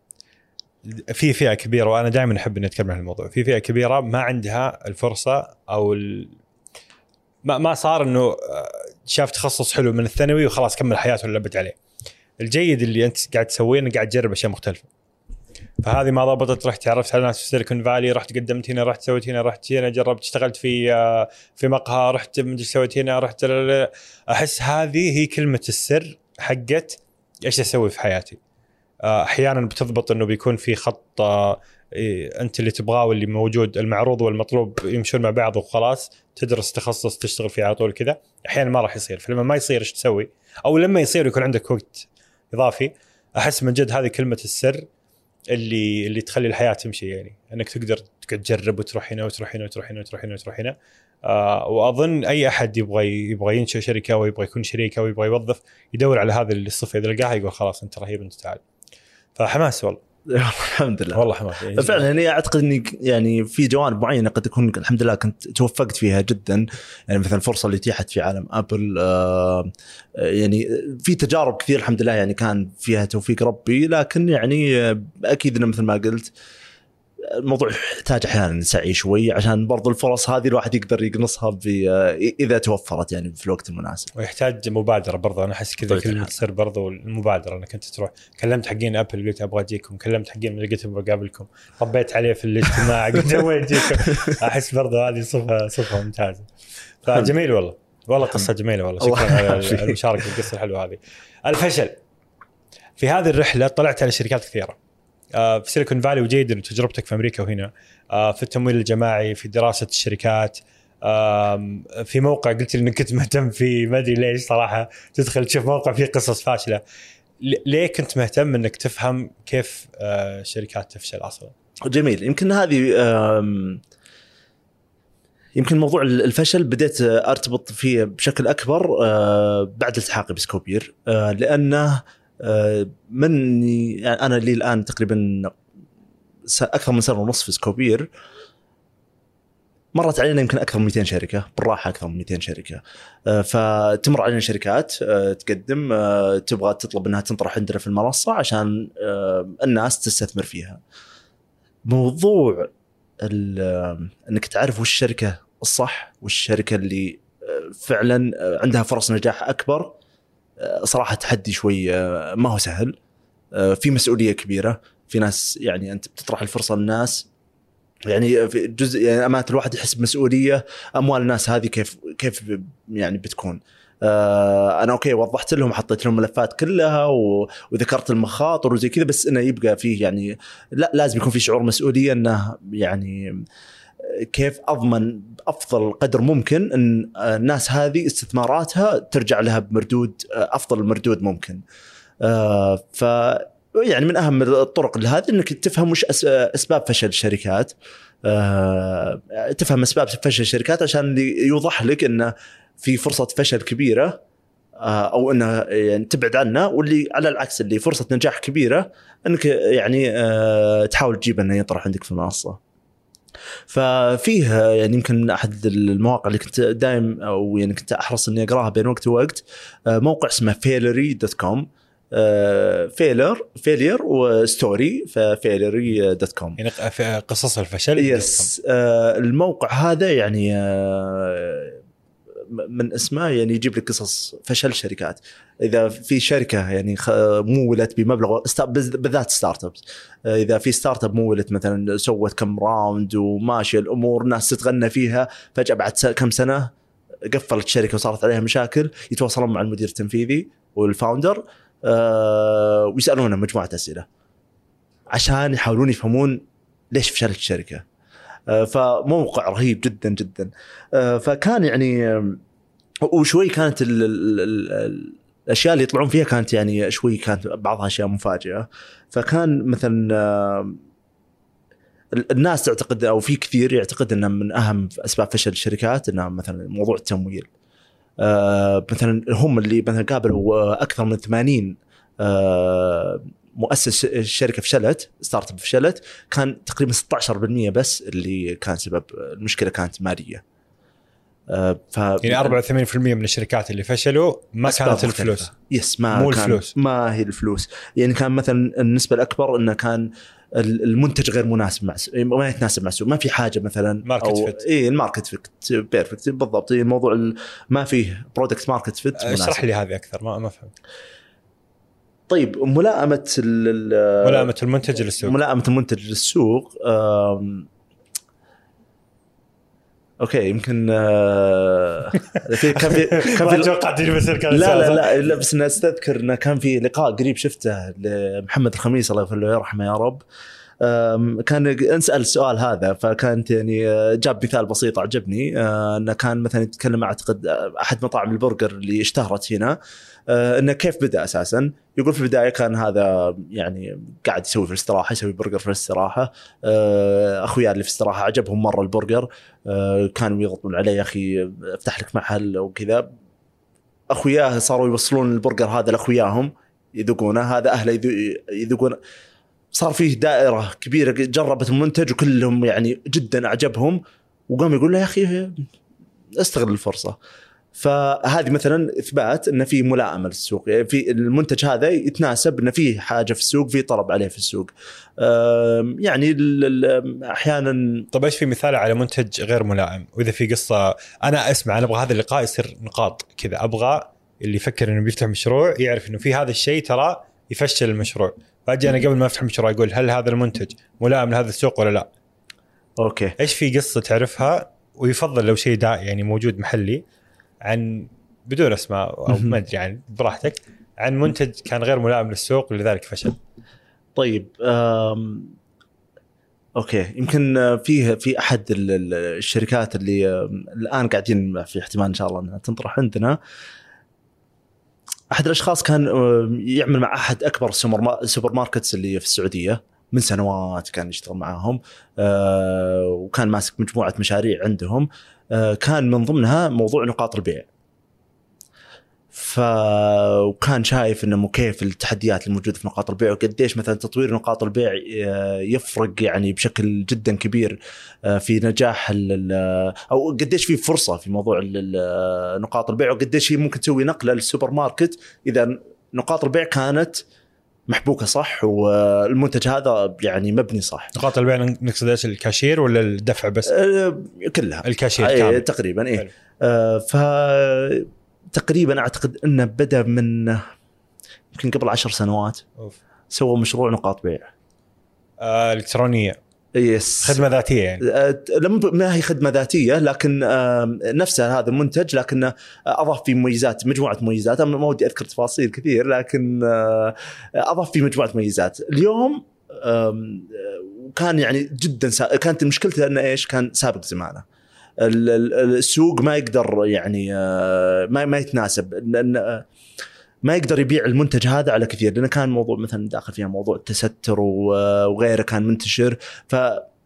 في فئة كبيرة، وأنا دائما أحب إني أتكلم عن الموضوع، في فئة كبيرة ما عندها الفرصة أو ال... ما ما صار إنه شاف تخصص حلو من الثانوي وخلاص كمل حياته اللي لبت عليه. الجيد اللي أنت قاعد تسويه إنك قاعد تجرب أشياء مختلفة. فهذه ما ضبطت، رحت تعرفت على ناس في سيليكون فالي، رحت قدمت هنا، رحت سويت هنا، رحت هنا، جربت اشتغلت في في مقهى، رحت مدري سويت هنا، رحت. أحس هذه هي كلمة السر حقت إيش أسوي في حياتي. أحيانا بتضبط إنه بيكون في خط أنت اللي تبغاه واللي موجود، المعروض والمطلوب يمشون مع بعض وخلاص، تدرس تخصص تشتغل فيه على طول كذا. أحيانا ما راح يصير، فلما ما يصير إيش تسوي؟ أو لما يصير يكون عندك وقت إضافي. أحس من جد هذه كلمة السر اللي اللي تخلي الحياة تمشي، يعني انك تقدر تقعد تجرب وتروح هنا وتروح هنا وتروح هنا وتروح هنا وتروح هنا. آه واظن اي احد يبغى يبغى ينشئ شركه ويبغى يكون شريك او يبغى يوظف يدور على هذه الصفه، اذا لقاها يقول خلاص انت رهيب انت تعال. فحماس والله. الحمد لله والله حماس يعني فعلا. يعني اعتقد اني يعني في جوانب معينه قد تكون الحمد لله كنت توفقت فيها جدا، يعني مثلا الفرصه اللي تيحت في عالم ابل، آه يعني في تجارب كثير الحمد لله يعني كان فيها توفيق ربي، لكن يعني اكيد انه مثل ما قلت الموضوع يحتاج احيانا سعي شوي عشان برضو الفرص هذه الواحد يقدر يقنصها اذا توفرت يعني في الوقت المناسب، ويحتاج مبادره برضو. انا احس كذا كلمه تصير برضو المبادره، انك انت تروح كلمت حقين ابل قلت ابغى اجيكم، كلمت حقين قلت ابغى اقابلكم، طبيت عليه في الاجتماع قلت ابغى اجيكم. احس برضو هذه صفه صفه ممتازه. فجميل والله والله قصه جميله والله. شكرا على المشاركه في القصه الحلوه هذه. الفشل في هذه الرحله، طلعت على شركات كثيره في سيليكون فالي، وجيد إن تجربتك في أمريكا وهنا في التمويل الجماعي، في دراسة الشركات، في موقع قلت لي إنك كنت مهتم فيه، ما أدري ليش صراحة تدخل تشوف موقع فيه قصص فاشلة. ليه كنت مهتم إنك تفهم كيف شركات تفشل أصلا؟ جميل. يمكن هذه يمكن موضوع الفشل بديت أرتبط فيه بشكل أكبر بعد التحاقي بسكوبير، لأنه مني يعني أنا لي الآن تقريبا أكثر من سنة ونصف في سكوبير، مرت علينا يمكن أكثر من مئتين شركة، بالراحة أكثر من مئتين شركة. فتمر علينا شركات تقدم تبغى تطلب أنها تنطرح عندنا في المنصة عشان الناس تستثمر فيها. موضوع أنك تعرف وش الشركة الصح والشركة اللي فعلا عندها فرص نجاح أكبر، صراحة تحدي شوي، ما هو سهل، في مسؤولية كبيرة، في ناس يعني أنت بتطرح الفرصة للناس، يعني في جزء يعني أمانة الواحد يحس بمسؤولية أموال الناس هذه كيف كيف يعني بتكون. أنا أوكي وضحت لهم، حطيت لهم ملفات كلها وذكرت المخاطر وزي كذا، بس إنه يبقى فيه يعني لا لازم يكون في شعور مسؤولية، إنه يعني كيف أضمن أفضل قدر ممكن أن الناس هذه استثماراتها ترجع لها بمردود أفضل المردود ممكن. ف يعني من أهم الطرق لهذا أنك تفهم وش أسباب فشل الشركات، تفهم أسباب فشل الشركات عشان يوضح لك أن في فرصة فشل كبيرة او انه يعني تبعد عنه، واللي على العكس اللي فرصه نجاح كبيره انك يعني تحاول تجيب انه يطرح عندك في المنصه. ففيه يعني يمكن من احد المواقع اللي كنت دائم او يعني كنت احرص اني اقراها بين وقت ووقت موقع اسمه فيلري دوت كوم. فيلر فيلير وستوري ففيلري دوت كوم، يعني قصص الفشل. يس. الموقع هذا يعني من اسمه يعني يجيب لك قصص فشل شركات. اذا في شركه يعني مولت بمبلغ بالذات ستارت ابس، اذا في ستارت اب مولت مثلا سوت كم راوند وماشيه الامور ناس تتغنى فيها، فجاه بعد كم سنه قفلت الشركه وصارت عليها مشاكل، يتواصلون مع المدير التنفيذي والفاوندر أه ويسالونه مجموعه اسئله عشان يحاولون يفهمون ليش فشلت الشركه. أه فموقع رهيب جدا جدا. أه فكان يعني وشوي كانت ال ال ال الاشياء اللي يطلعون فيها كانت يعني شوي كانت بعضها اشياء مفاجئه. فكان مثلا أه الناس تعتقد او في كثير يعتقد ان من اهم اسباب فشل الشركات انه مثلا موضوع التمويل. آه مثلا هم اللي مثلا قابلوا اكثر من ثمانين آه مؤسس الشركه فشلت، ستارت اب فشلت، كان تقريبا ستة عشر بالمئة بس اللي كان سبب المشكله كانت ماليه. آه ف يعني أربعة وثمانين بالمئة من الشركات اللي فشلوا ما كانت الفلوس. يس ما مو كان الفلوس. ما هي الفلوس. يعني كان مثلا النسبه الاكبر انه كان المنتج غير مناسب مع ما يتناسب مع السوق، ما في حاجه مثلا ماركت فيت. اي الماركت فيت بيرفكت بالضبط. الموضوع ما فيه برودكت ماركت فيت مناسب. اشرح لي هذه اكثر، ما ما فهمت. طيب ملائمه ملائمه المنتج للسوق. ملائمه المنتج للسوق. اوكي يمكن في كان في كان في توقعت اني بس لا لا لا, لا بس انا استذكر انه كان في لقاء قريب شفته لمحمد الخميس الله يرحمه يا رب. كان نسأل السؤال هذا، فكانت يعني جاب مثال بسيط عجبني، انه كان مثلا يتكلم اعتقد احد مطاعم البرجر اللي اشتهرت هنا، انه كيف بدأ اساسا. يقول في البدايه كان هذا يعني قاعد يسوي في الاستراحه، يسوي برجر في الاستراحه، اخويا اللي في الاستراحه عجبهم مره البرجر، كانوا يضغطون عليه يا اخي افتح لك محل وكذا. اخوياه صاروا يوصلون البرجر هذا لاخوياهم يذوقونه، هذا اهله يذوقون. صار فيه دائرة كبيرة جربت المنتج وكلهم يعني جدا أعجبهم، وقام يقول له يا أخي استغل الفرصة. فهذه مثلا إثبات أن في ملائمة للسوق، يعني في المنتج هذا يتناسب أن فيه حاجة في السوق، في طلب عليه في السوق. يعني أحيانا. طب إيش في مثال على منتج غير ملائم؟ وإذا في قصة أنا أسمع، أنا أبغى هذا اللقاء يصير نقاط كذا، أبغى اللي يفكر إنه بيفتح مشروع يعرف إنه في هذا الشيء ترى يفشل المشروع، فأجي أنا قبل ما أفتح مشروع أقول هل هذا المنتج ملائم لهذا السوق ولا لا؟ أوكي. إيش في قصة تعرفها، ويفضل لو شيء دا يعني موجود محلي، عن بدون أسماء أو ما أدري يعني براحتك، عن منتج كان غير ملائم للسوق لذلك فشل. طيب أم... أوكي يمكن فيه في أحد الشركات اللي الآن قاعدين في احتمال إن شاء الله أنها تنطرح عندنا. أحد الأشخاص كان يعمل مع أحد أكبر سوبر ماركتس اللي في السعودية من سنوات، كان يشتغل معهم وكان ماسك مجموعة مشاريع عندهم، كان من ضمنها موضوع نقاط البيع. فكان شايف إنه كيف التحديات الموجودة في نقاط البيع، وقديش مثلا تطوير نقاط البيع يفرق يعني بشكل جدا كبير في نجاح أو قديش في فرصة في موضوع نقاط البيع، وقديش هي ممكن تسوي نقلة للسوبر ماركت إذا نقاط البيع كانت محبوكة صح والمنتج هذا يعني مبني صح. نقاط البيع نقصد ايش، الكاشير ولا الدفع بس؟ أه كلها الكاشير أيه كامل تقريبا. إيه أه ف تقريبا أعتقد أنه بدأ من يمكن قبل عشر سنوات. أوف. سوى مشروع نقاط بيع آه، إلكترونية. يس. خدمة ذاتية يعني. آه، ما هي خدمة ذاتية لكن آه، نفسها هذا المنتج، لكن آه، أضاف فيه مميزات، مجموعة مميزات. أنا ما ودي أذكر تفاصيل كثير، لكن آه، أضاف فيه مجموعة مميزات. اليوم كان يعني جدا سا... كانت مشكلته أنه إيش، كان سابق زمانه. السوق ما يقدر يعني ما ما يتناسب، لأن ما يقدر يبيع المنتج هذا على كثير، لأنه كان موضوع مثلا داخل فيها موضوع التستر وغيره كان منتشر. ف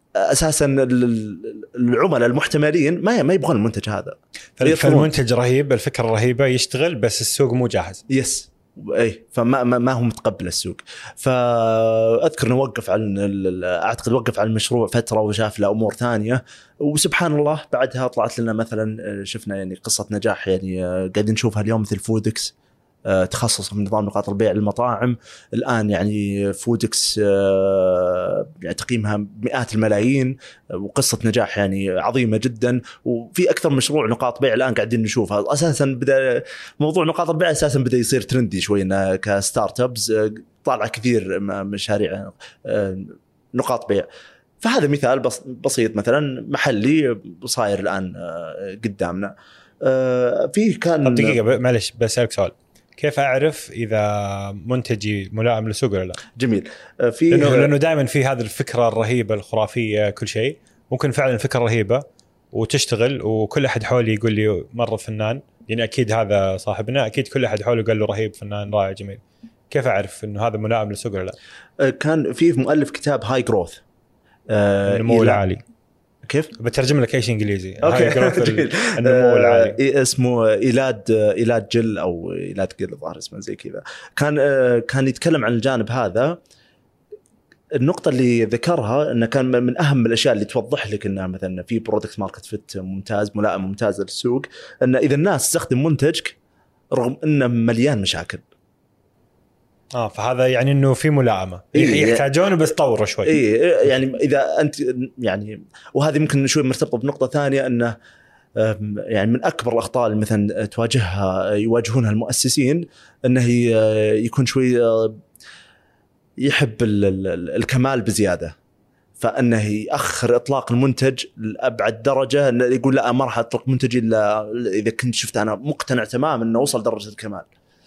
اساسا العملاء المحتملين ما ما يبغون المنتج هذا. فالمنتج رهيب، الفكره رهيبه، يشتغل بس السوق مو جاهز. يس اي فما ما, ما هو متقبل السوق. فاذكر انه وقف عن اعتقد وقف عن المشروع فتره وشاف له امور ثانيه، وسبحان الله بعدها طلعت لنا مثلا شفنا يعني قصه نجاح يعني قاعدين نشوفها اليوم مثل فودكس تخصص في نظام نقاط البيع للمطاعم. الآن يعني فودكس يعني تقييمها مئات الملايين وقصة نجاح يعني عظيمة جدا. وفي أكثر مشروع نقاط بيع الآن قاعدين نشوفها. أساسا بدأ موضوع نقاط البيع أساسا بدأ يصير ترندي شوي كستارت أبس، طالع كثير مشاريع نقاط بيع. فهذا مثال بسيط مثلا محلي صاير الآن قدامنا. فيه كان دقيقة معلش بسألك سؤال، كيف أعرف إذا منتجي ملائم للسوق ولا لا؟ جميل. في لأنه, لأنه دائما في هذه الفكرة الرهيبة الخرافية كل شيء، ممكن فعلا فكرة رهيبة وتشتغل وكل أحد حولي يقول لي مرة فنان، يعني أكيد هذا صاحبنا أكيد كل أحد حوله قال له رهيب فنان رائع جميل. كيف أعرف إنه هذا ملائم للسوق ولا لا؟ كان في مؤلف كتاب هاي جروث النمو العالي. كيف بترجم لك ايش انجليزي؟ اوكي النمو العالي اسمه ايلاد ايلاد جل او ايلاد جل الظاهر اسمه زي كذا. كان كان يتكلم عن الجانب هذا. النقطة اللي ذكرها انه كان من اهم الاشياء اللي توضح لك انه مثلا في برودكت ماركت فيت ممتاز ملائم ممتاز للسوق، ان اذا الناس تستخدم منتجك رغم انه مليان مشاكل. اه فهذا يعني انه في ملائمه إيه يحتاجونه بس طوروا شوي. اي يعني اذا انت يعني وهذه ممكن شوي مرتبطه بنقطه ثانيه انه يعني من اكبر الاخطاء اللي مثلا تواجهها يواجهونها المؤسسين انه يكون شوي يحب الكمال بزياده، فانه ياخر اطلاق المنتج لابعد درجه، انه يقول لا ما راح اطلق منتجي الا اذا كنت شفت انا مقتنع تماما انه وصل درجه الكمال.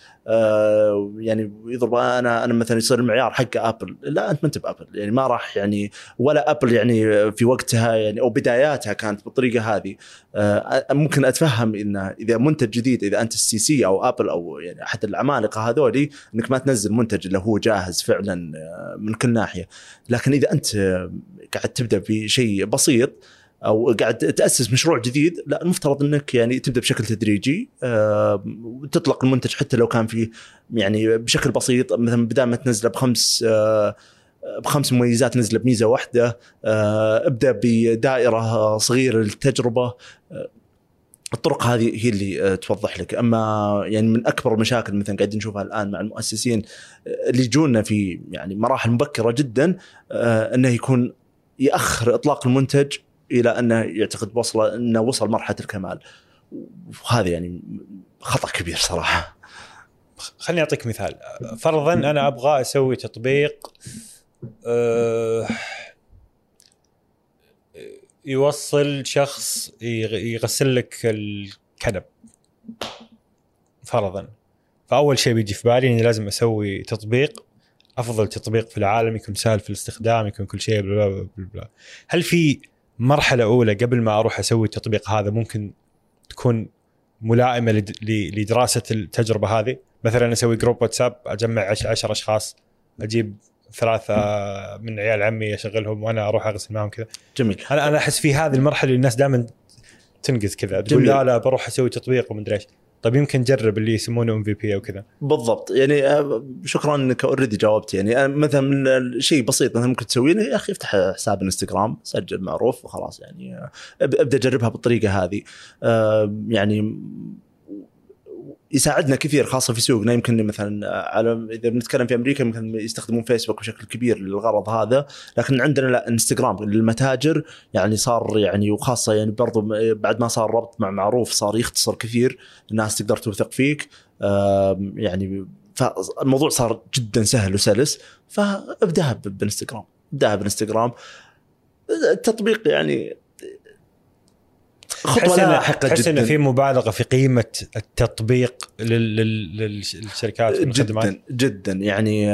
آه يعني يضرب انا انا مثلا يصير المعيار حق ابل، لا انت ما انت بابل يعني ما راح يعني ولا ابل يعني في وقتها يعني او بداياتها كانت بالطريقه هذه. آه ممكن اتفهم انه اذا منتج جديد اذا انت السي سي او ابل او يعني احد العمالقه هذولي انك ما تنزل منتج اللي هو جاهز فعلا من كل ناحيه، لكن اذا انت قاعد تبدا بشيء بسيط او قاعد تاسس مشروع جديد، لا المفترض انك يعني تبدا بشكل تدريجي أه وتطلق المنتج حتى لو كان فيه يعني بشكل بسيط، مثلا بدل ما تنزله بخمس أه بخمس مميزات نزله بميزه واحده. أه ابدا بدائره صغيره للتجربه. أه الطرق هذه هي اللي توضح لك. اما يعني من اكبر المشاكل مثلا قاعدين نشوفها الان مع المؤسسين اللي يجونا في يعني مراحل مبكره جدا أه انه يكون ياخر اطلاق المنتج الى انه يعتقد وصل انه وصل مرحله الكمال، وهذا يعني خطا كبير صراحه. خليني اعطيك مثال. فرضا انا ابغى اسوي تطبيق أه يوصل شخص يغسل لك الكنب فرضا، فاول شيء بيجي في بالي اني لازم اسوي تطبيق افضل تطبيق في العالم، يكون سهل في الاستخدام، يكون كل شيء بلا بلا بلا. هل في مرحلة أولى قبل ما أروح أسوي التطبيق هذا ممكن تكون ملائمة لدراسة التجربة هذه؟ مثلا أسوي جروب واتساب أجمع عشر أشخاص، أجيب ثلاثة من عيال عمي أشغلهم وأنا أروح أغسل معهم كذا. جميل. أنا أنا أحس في هذه المرحلة اللي الناس دائما تنقذ كذا تقول لا لا بروح أسوي تطبيق ومدري إيش. طيب يمكن نجرب اللي يسمونه إم في بي أو كذا. بالضبط. يعني شكرا انك اوريدي جاوبت. يعني مثلا شيء بسيط مثلا ممكن تسويه يا اخي افتح حساب انستغرام سجل معروف وخلاص، يعني ابدا جربها بالطريقه هذه. يعني يساعدنا كثير خاصه في سوقنا. يمكن مثلا على اذا بنتكلم في امريكا ممكن يستخدمون فيسبوك بشكل كبير للغرض هذا، لكن عندنا لا انستغرام للمتاجر يعني صار يعني وخاصه يعني برضو بعد ما صار ربط مع معروف صار يختصر كثير، الناس تقدر توثق فيك. يعني فالموضوع صار جدا سهل وسلس، فابدأها بانستغرام ابدأها بانستغرام التطبيق يعني خطوة لاحقة جدا. تحس إن في مبالغة في قيمة التطبيق للشركات والخدمات جدا جدا يعني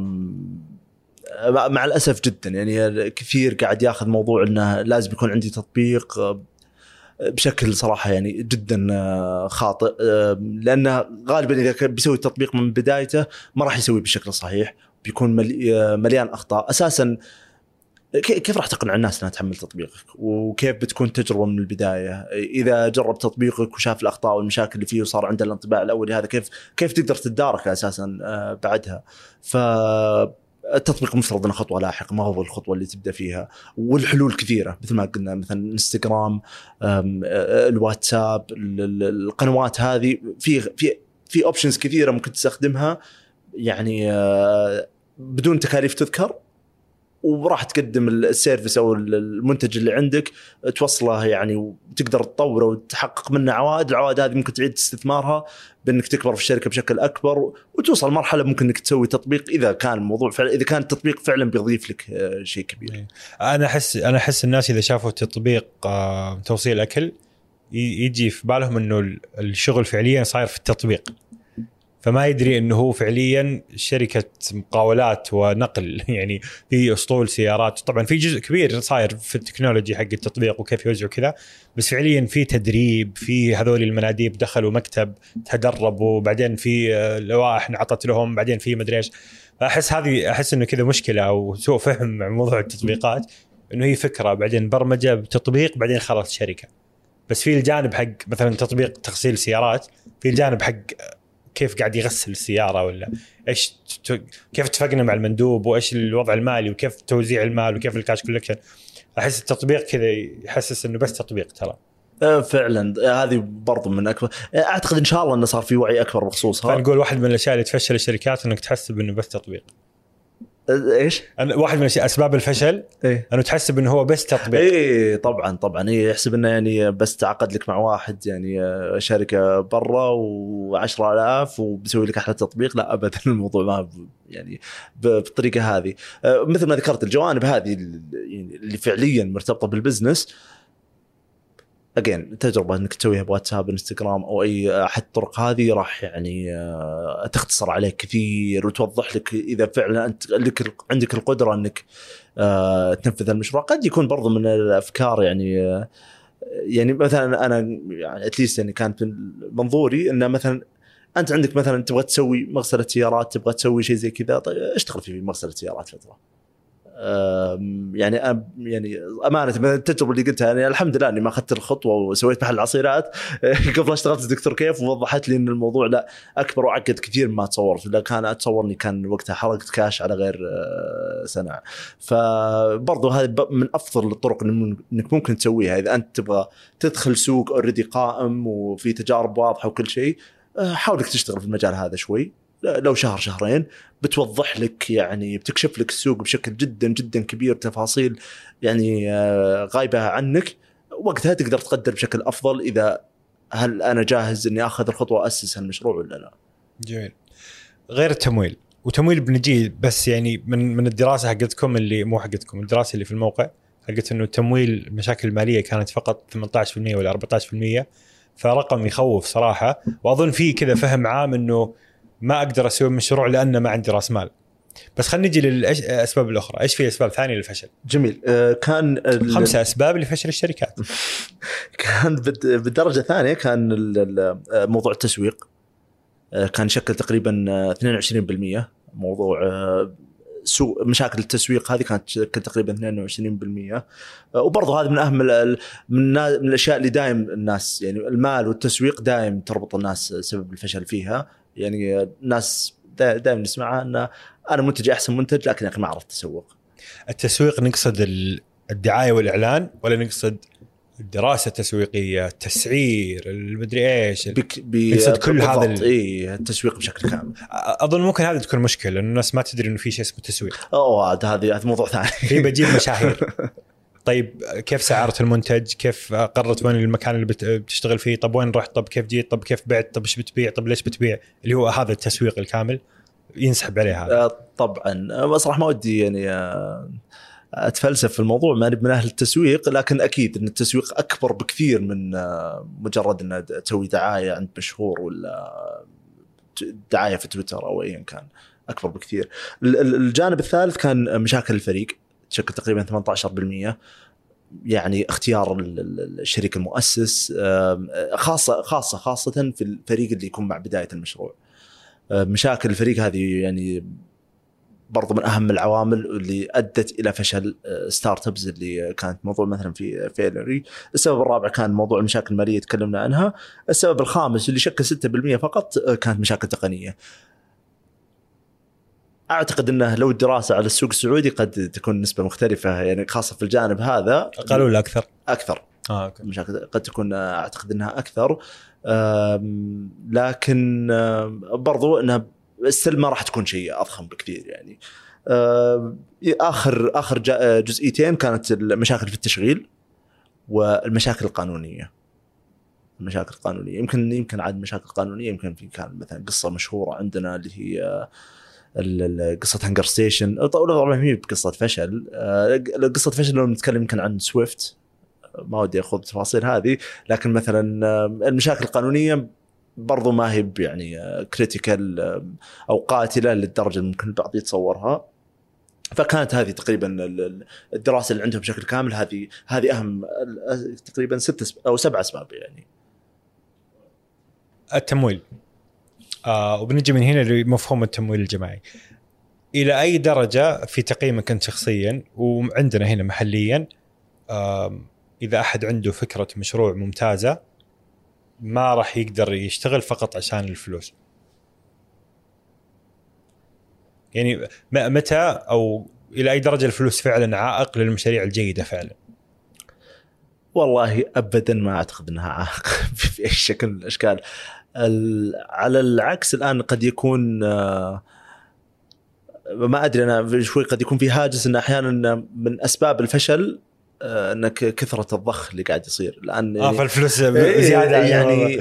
مع الأسف جدا يعني كثير قاعد ياخذ موضوع إنه لازم يكون عندي تطبيق بشكل صراحة يعني جدا خاطئ، لأنه غالبا إذا بيسوي التطبيق من بدايته ما راح يسوي بالشكل الصحيح، بيكون مليان أخطاء. أساسا كيف راح تقنع الناس انها تحمل تطبيقك، وكيف بتكون التجربه من البدايه اذا جرب تطبيقك وشاف الاخطاء والمشاكل اللي فيه وصار عنده الانطباع الاولي هذا، كيف كيف تقدر تتدارك اساسا بعدها. فالتطبيق مفترض انه خطوه لاحقه، ما هو الخطوه اللي تبدا فيها. والحلول كثيره مثل ما قلنا، مثلا انستغرام، الواتساب، القنوات هذه في في في اوبشنز كثيره ممكن تستخدمها يعني بدون تكاليف تذكر، وراح تقدم السيرفيس او المنتج اللي عندك توصله يعني، وتقدر تطوره وتحقق منه عوائد. العوائد هذه ممكن تعيد استثمارها بانك تكبر في الشركه بشكل اكبر، وتوصل مرحله ممكن انك تسوي تطبيق اذا كان الموضوع فعلا، اذا كان التطبيق فعلا بيضيف لك شيء كبير. انا احس انا احس الناس اذا شافوا تطبيق توصيل اكل يجي في بالهم انه الشغل فعليا صاير في التطبيق، فما يدري انه هو فعليا شركه مقاولات ونقل، يعني في اسطول سيارات. طبعا في جزء كبير صاير في التكنولوجي حق التطبيق وكيف يوزعوا كذا، بس فعليا في تدريب، في هذول المناديب دخلوا مكتب تدربوا، بعدين في لوائح انعطت لهم، بعدين في مدري ايش. فاحس هذه احس انه كذا مشكله او سوء فهم مع موضوع التطبيقات، انه هي فكره بعدين برمجه بتطبيق بعدين خلص شركه. بس في الجانب حق مثلا تطبيق تغسيل سيارات، في الجانب حق كيف قاعد يغسل السيارة، ولا إيش كيف اتفقنا مع المندوب، وإيش الوضع المالي، وكيف توزيع المال، وكيف الكاش كولكشن. أحس التطبيق كذا يحسس إنه بس تطبيق ترى. فعلا هذه برضو من أكبر، أعتقد إن شاء الله إنه صار في وعي أكبر بخصوصها. فنقول واحد من الأشياء اللي تفشل الشركات إنك تحسب إنه بس تطبيق. ايش؟ أنا واحد من اسباب الفشل إيه؟ انه تحسب انه هو بس تطبيق. اي طبعا طبعا، إيه يحسب انه يعني بس تعقد لك مع واحد يعني شركه برا وعشرة آلاف وبيسوي لك احلى تطبيق. لا ابدا، الموضوع ما يعني بالطريقه هذه. مثل ما ذكرت الجوانب هذه اللي فعليا مرتبطه بالبزنس، أجين تجربة إنك تسويها بواتساب، إنستغرام أو أي أحد الطرق هذه راح يعني تختصر عليك كثير وتوضح لك إذا فعلا أنت لك عندك القدرة إنك تنفذ المشروع. قد يكون برضو من الأفكار يعني يعني مثلا أنا يعني أتليست يعني كانت من منظوري إنه مثلا أنت عندك مثلا تبغى تسوي مغسلة سيارات، تبغى تسوي شيء زي كذا، طيب اشتغل في مغسلة سيارات فترة. يعني يعني أمانة من التجربة اللي قلتها يعني الحمد لله أني ما أخذت الخطوة وسويت محل عصيرات قبل اشتغلت دكتور كيف، ووضحت لي أن الموضوع لا أكبر وعقد كثير مما تصورت. لا كان أتصورني كان وقتها حرقت كاش على غير سنة. فبرضو هذا من أفضل الطرق أنك ممكن تسويها إذا أنت تبغى تدخل سوق أوريدي قائم وفي تجارب واضحة وكل شيء. حاولك تشتغل في المجال هذا شوي، لو شهر شهرين بتوضح لك يعني بتكشف لك السوق بشكل جدا جدا كبير، تفاصيل يعني غايبة عنك. وقتها تقدر تقدر بشكل أفضل إذا هل أنا جاهز إني أخذ الخطوة وأسس هالمشروع ولا لا. جميل. غير التمويل، وتمويل بنجي بس يعني من من الدراسة حقتكم اللي مو حقتكم، الدراسة اللي في الموقع حقت إنه التمويل المشاكل المالية كانت فقط ثمانية عشر بالمئة ولا أربعة عشر بالمئة، فرقم يخوف صراحة. وأظن فيه كذا فهم عام إنه ما أقدر أسوي مشروع لأنه ما عندي رأس مال. بس خلينا نجي للأسباب الأخرى. إيش في أسباب ثانية للفشل؟ جميل. آه كان خمسة أسباب لفشل الشركات. كان بالدرجة الثانية كان موضوع التسويق، آه كان شكل تقريبا اثنين وعشرين بالمئة. موضوع آه سوء مشاكل التسويق هذه كانت شكل تقريبا اثنين وعشرين بالمئة. آه وبرضه هذا من أهم من, من الأشياء اللي دائم الناس يعني المال والتسويق دائم تربط الناس سبب الفشل فيها. يعني الناس دائما نسمعها أن أنا منتج أحسن منتج لكن ما عرفت أسوق. التسويق نقصد الدعاية والإعلان ولا نقصد الدراسة التسويقية، التسعير، المدري إيش؟ نقصد كل هذا إيه التسويق بشكل كامل. أظن ممكن هذا تكون مشكلة لأن الناس ما تدري إنه في شيء اسمه تسويق. أوه هذا هذا موضوع ثاني. في بجيب مشاهير. طيب كيف سعرت المنتج؟ كيف قررت وين المكان اللي بتشتغل فيه؟ طب وين رحت؟ طب كيف جيت؟ طب كيف بعت؟ طب ايش بتبيع؟ طب ليش بتبيع؟ اللي هو هذا التسويق الكامل ينسحب عليه هذا. طبعا بصراحة ما ودي يعني أتفلسف في الموضوع، ما من أهل التسويق، لكن أكيد أن التسويق أكبر بكثير من مجرد أن تسوي دعاية عند مشهور ولا دعاية في تويتر أو أيا كان، أكبر بكثير. الجانب الثالث كان مشاكل الفريق تشكل تقريبا ثمانية عشر بالمئة. يعني اختيار الشريك المؤسس، خاصة خاصة خاصة في الفريق اللي يكون مع بداية المشروع. مشاكل الفريق هذه يعني برضو من اهم العوامل اللي ادت الى فشل ستارت ابس اللي كانت موضوع مثلا في فيلري. السبب الرابع كان موضوع المشاكل الماليه تكلمنا عنها. السبب الخامس اللي شكل ستة بالمئة فقط كانت مشاكل تقنيه. اعتقد انه لو الدراسه على السوق السعودي قد تكون نسبه مختلفه، يعني خاصه في الجانب هذا. اقل ولا اكثر؟ اكثر. اه اوكي. مشاكل قد تكون اعتقد انها اكثر، لكن برضو انها السل ما راح تكون شيء اضخم بكثير يعني. اخر اخر جزئيتين كانت المشاكل في التشغيل والمشاكل القانونيه. المشاكل القانونيه يمكن يمكن عاد مشاكل قانونيه يمكن في كان مثلا قصه مشهوره عندنا اللي هي قصه هانجر ستيشن. طبعا هي قصه فشل، قصه فشل لو نتكلم يمكن عن سويفت ما ودي اخذ تفاصيل هذه، لكن مثلا المشاكل القانونيه برضو ما هي يعني كريتيكال او قاتله للدرجه اللي ممكن البعض يتصورها. فكانت هذه تقريبا الدراسه اللي عندهم بشكل كامل، هذه هذه اهم تقريبا ست او سبع اسباب يعني. التمويل، آه وبنجي من هنا لمفهوم التمويل الجماعي. الى اي درجه في تقييمك انت شخصيا وعندنا هنا محليا، آه اذا احد عنده فكره مشروع ممتازه ما راح يقدر يشتغل فقط عشان الفلوس؟ يعني متى او الى اي درجه الفلوس فعلا عائق للمشاريع الجيده فعلا؟ والله ابدا ما اعتقد انها عائق في اي شكل من الاشكال. على العكس الان قد يكون ما ادري انا شوي قد يكون في هاجس ان احيانا من اسباب الفشل انك كثره الضخ اللي قاعد يصير الان. اه فالفلوس زياده يعني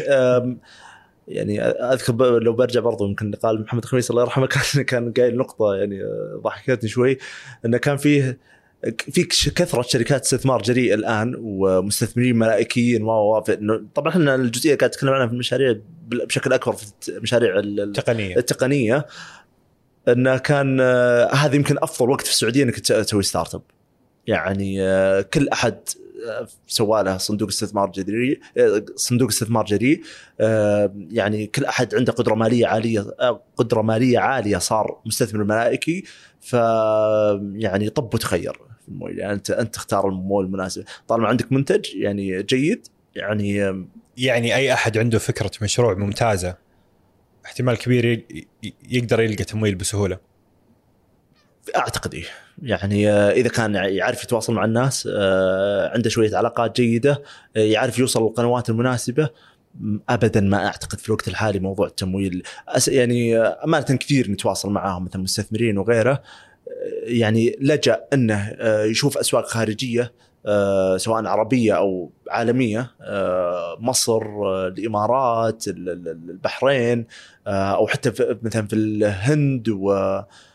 يعني اذكر لو برجع برضو يمكن قال محمد خميس الله يرحمه كان كان قايل نقطه يعني ضحكتني شوي، انه كان فيه في كثره شركات استثمار جريئه الان ومستثمرين ملائكيين. طبعا احنا الجزئيه قاعد نتكلم عنها في المشاريع بشكل اكبر في المشاريع التقنيه التقنيه انه كان هذا يمكن افضل وقت في السعوديه انك تسوي ستارت اب. يعني كل احد سوى له صندوق استثمار جريء، صندوق استثمار جريء، يعني كل احد عنده قدره ماليه عاليه، قدره ماليه عاليه صار مستثمر ملائكي. ف يعني طب وتخير في المول، يعني انت انت تختار المول المناسب طالما عندك منتج يعني جيد. يعني يعني اي احد عنده فكره مشروع ممتازه احتمال كبير يقدر يلقى تمويل بسهوله. اعتقد إيه يعني اذا كان يعرف يتواصل مع الناس، عنده شويه علاقات جيده، يعرف يوصل للقنوات المناسبه. ابدا ما اعتقد في الوقت الحالي موضوع التمويل يعني امانه كثير نتواصل معاهم مثل مستثمرين وغيره، يعني لجأ انه يشوف اسواق خارجيه سواء عربيه او عالميه، مصر، الامارات، البحرين، او حتى مثلا في الهند و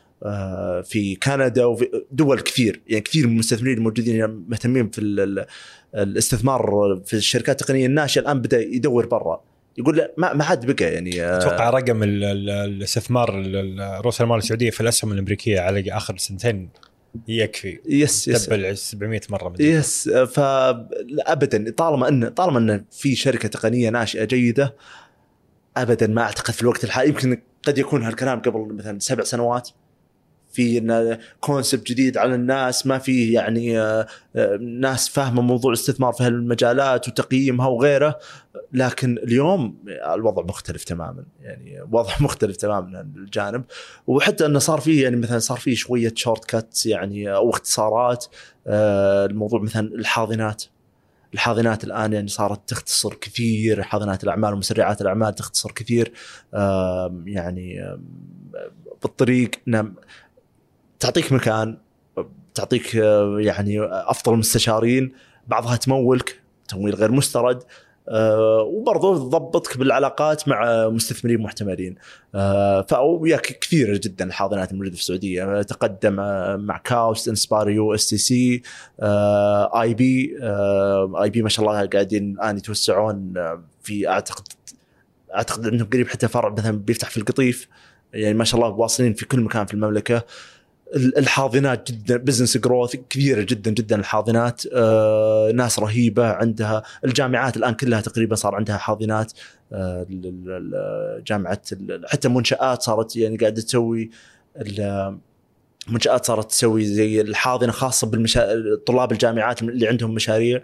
في كندا وفي دول كثير. يعني كثير من المستثمرين الموجودين مهتمين في الاستثمار في الشركات التقنيه الناشئه الان بدا يدور برا، يقول لا ما ما حد بقى. يعني اتوقع رقم الاستثمار رؤوس المال السعوديه في الاسهم الامريكيه على اخر سنتين يكفي يس يس تبل سبعمية مره مدين. يس فابدا طالما ان طالما ان في شركه تقنيه ناشئه جيده، ابدا ما اعتقد في الوقت الحالي. يمكن قد يكون هالكلام قبل مثلا سبع سنوات في إن كونسبت جديد على الناس، ما في يعني ناس فاهمة موضوع الاستثمار في هالمجالات وتقييمها وغيره. لكن اليوم الوضع مختلف تماما، يعني وضع مختلف تماما الجانب. وحتى أنه صار فيه يعني مثلا صار فيه شوية شورت كات يعني أو اختصارات. الموضوع مثلا الحاضنات الحاضنات الآن يعني صارت تختصر كثير، حاضنات الأعمال ومسرعات الأعمال تختصر كثير. يعني بالطريق تعطيك مكان، تعطيك يعني أفضل مستشارين، بعضها تمولك تمويل غير مسترد، وبرضه تضبطك بالعلاقات مع مستثمرين محتملين. فأوياك كثير جدا الحاضنات الموجودة في السعودية. تقدم مع كاوست، انسباريو، اس تي سي، اي بي اي بي ما شاء الله قاعدين الآن يتوسعون في أعتقد أعتقد أنهم قريب حتى فرع مثلا بيفتح في القطيف. يعني ما شاء الله واصلين في كل مكان في المملكة. الحاضنات جدا بزنس جروث كبيرة جدا جدا. الحاضنات آه ناس رهيبة عندها. الجامعات الآن كلها تقريبا صار عندها حاضنات. آه جامعة حتى منشآت صارت يعني قاعدة تسوي منشآت صارت تسوي زي الحاضنة خاصة بالمشا... طلاب الجامعات اللي عندهم مشاريع.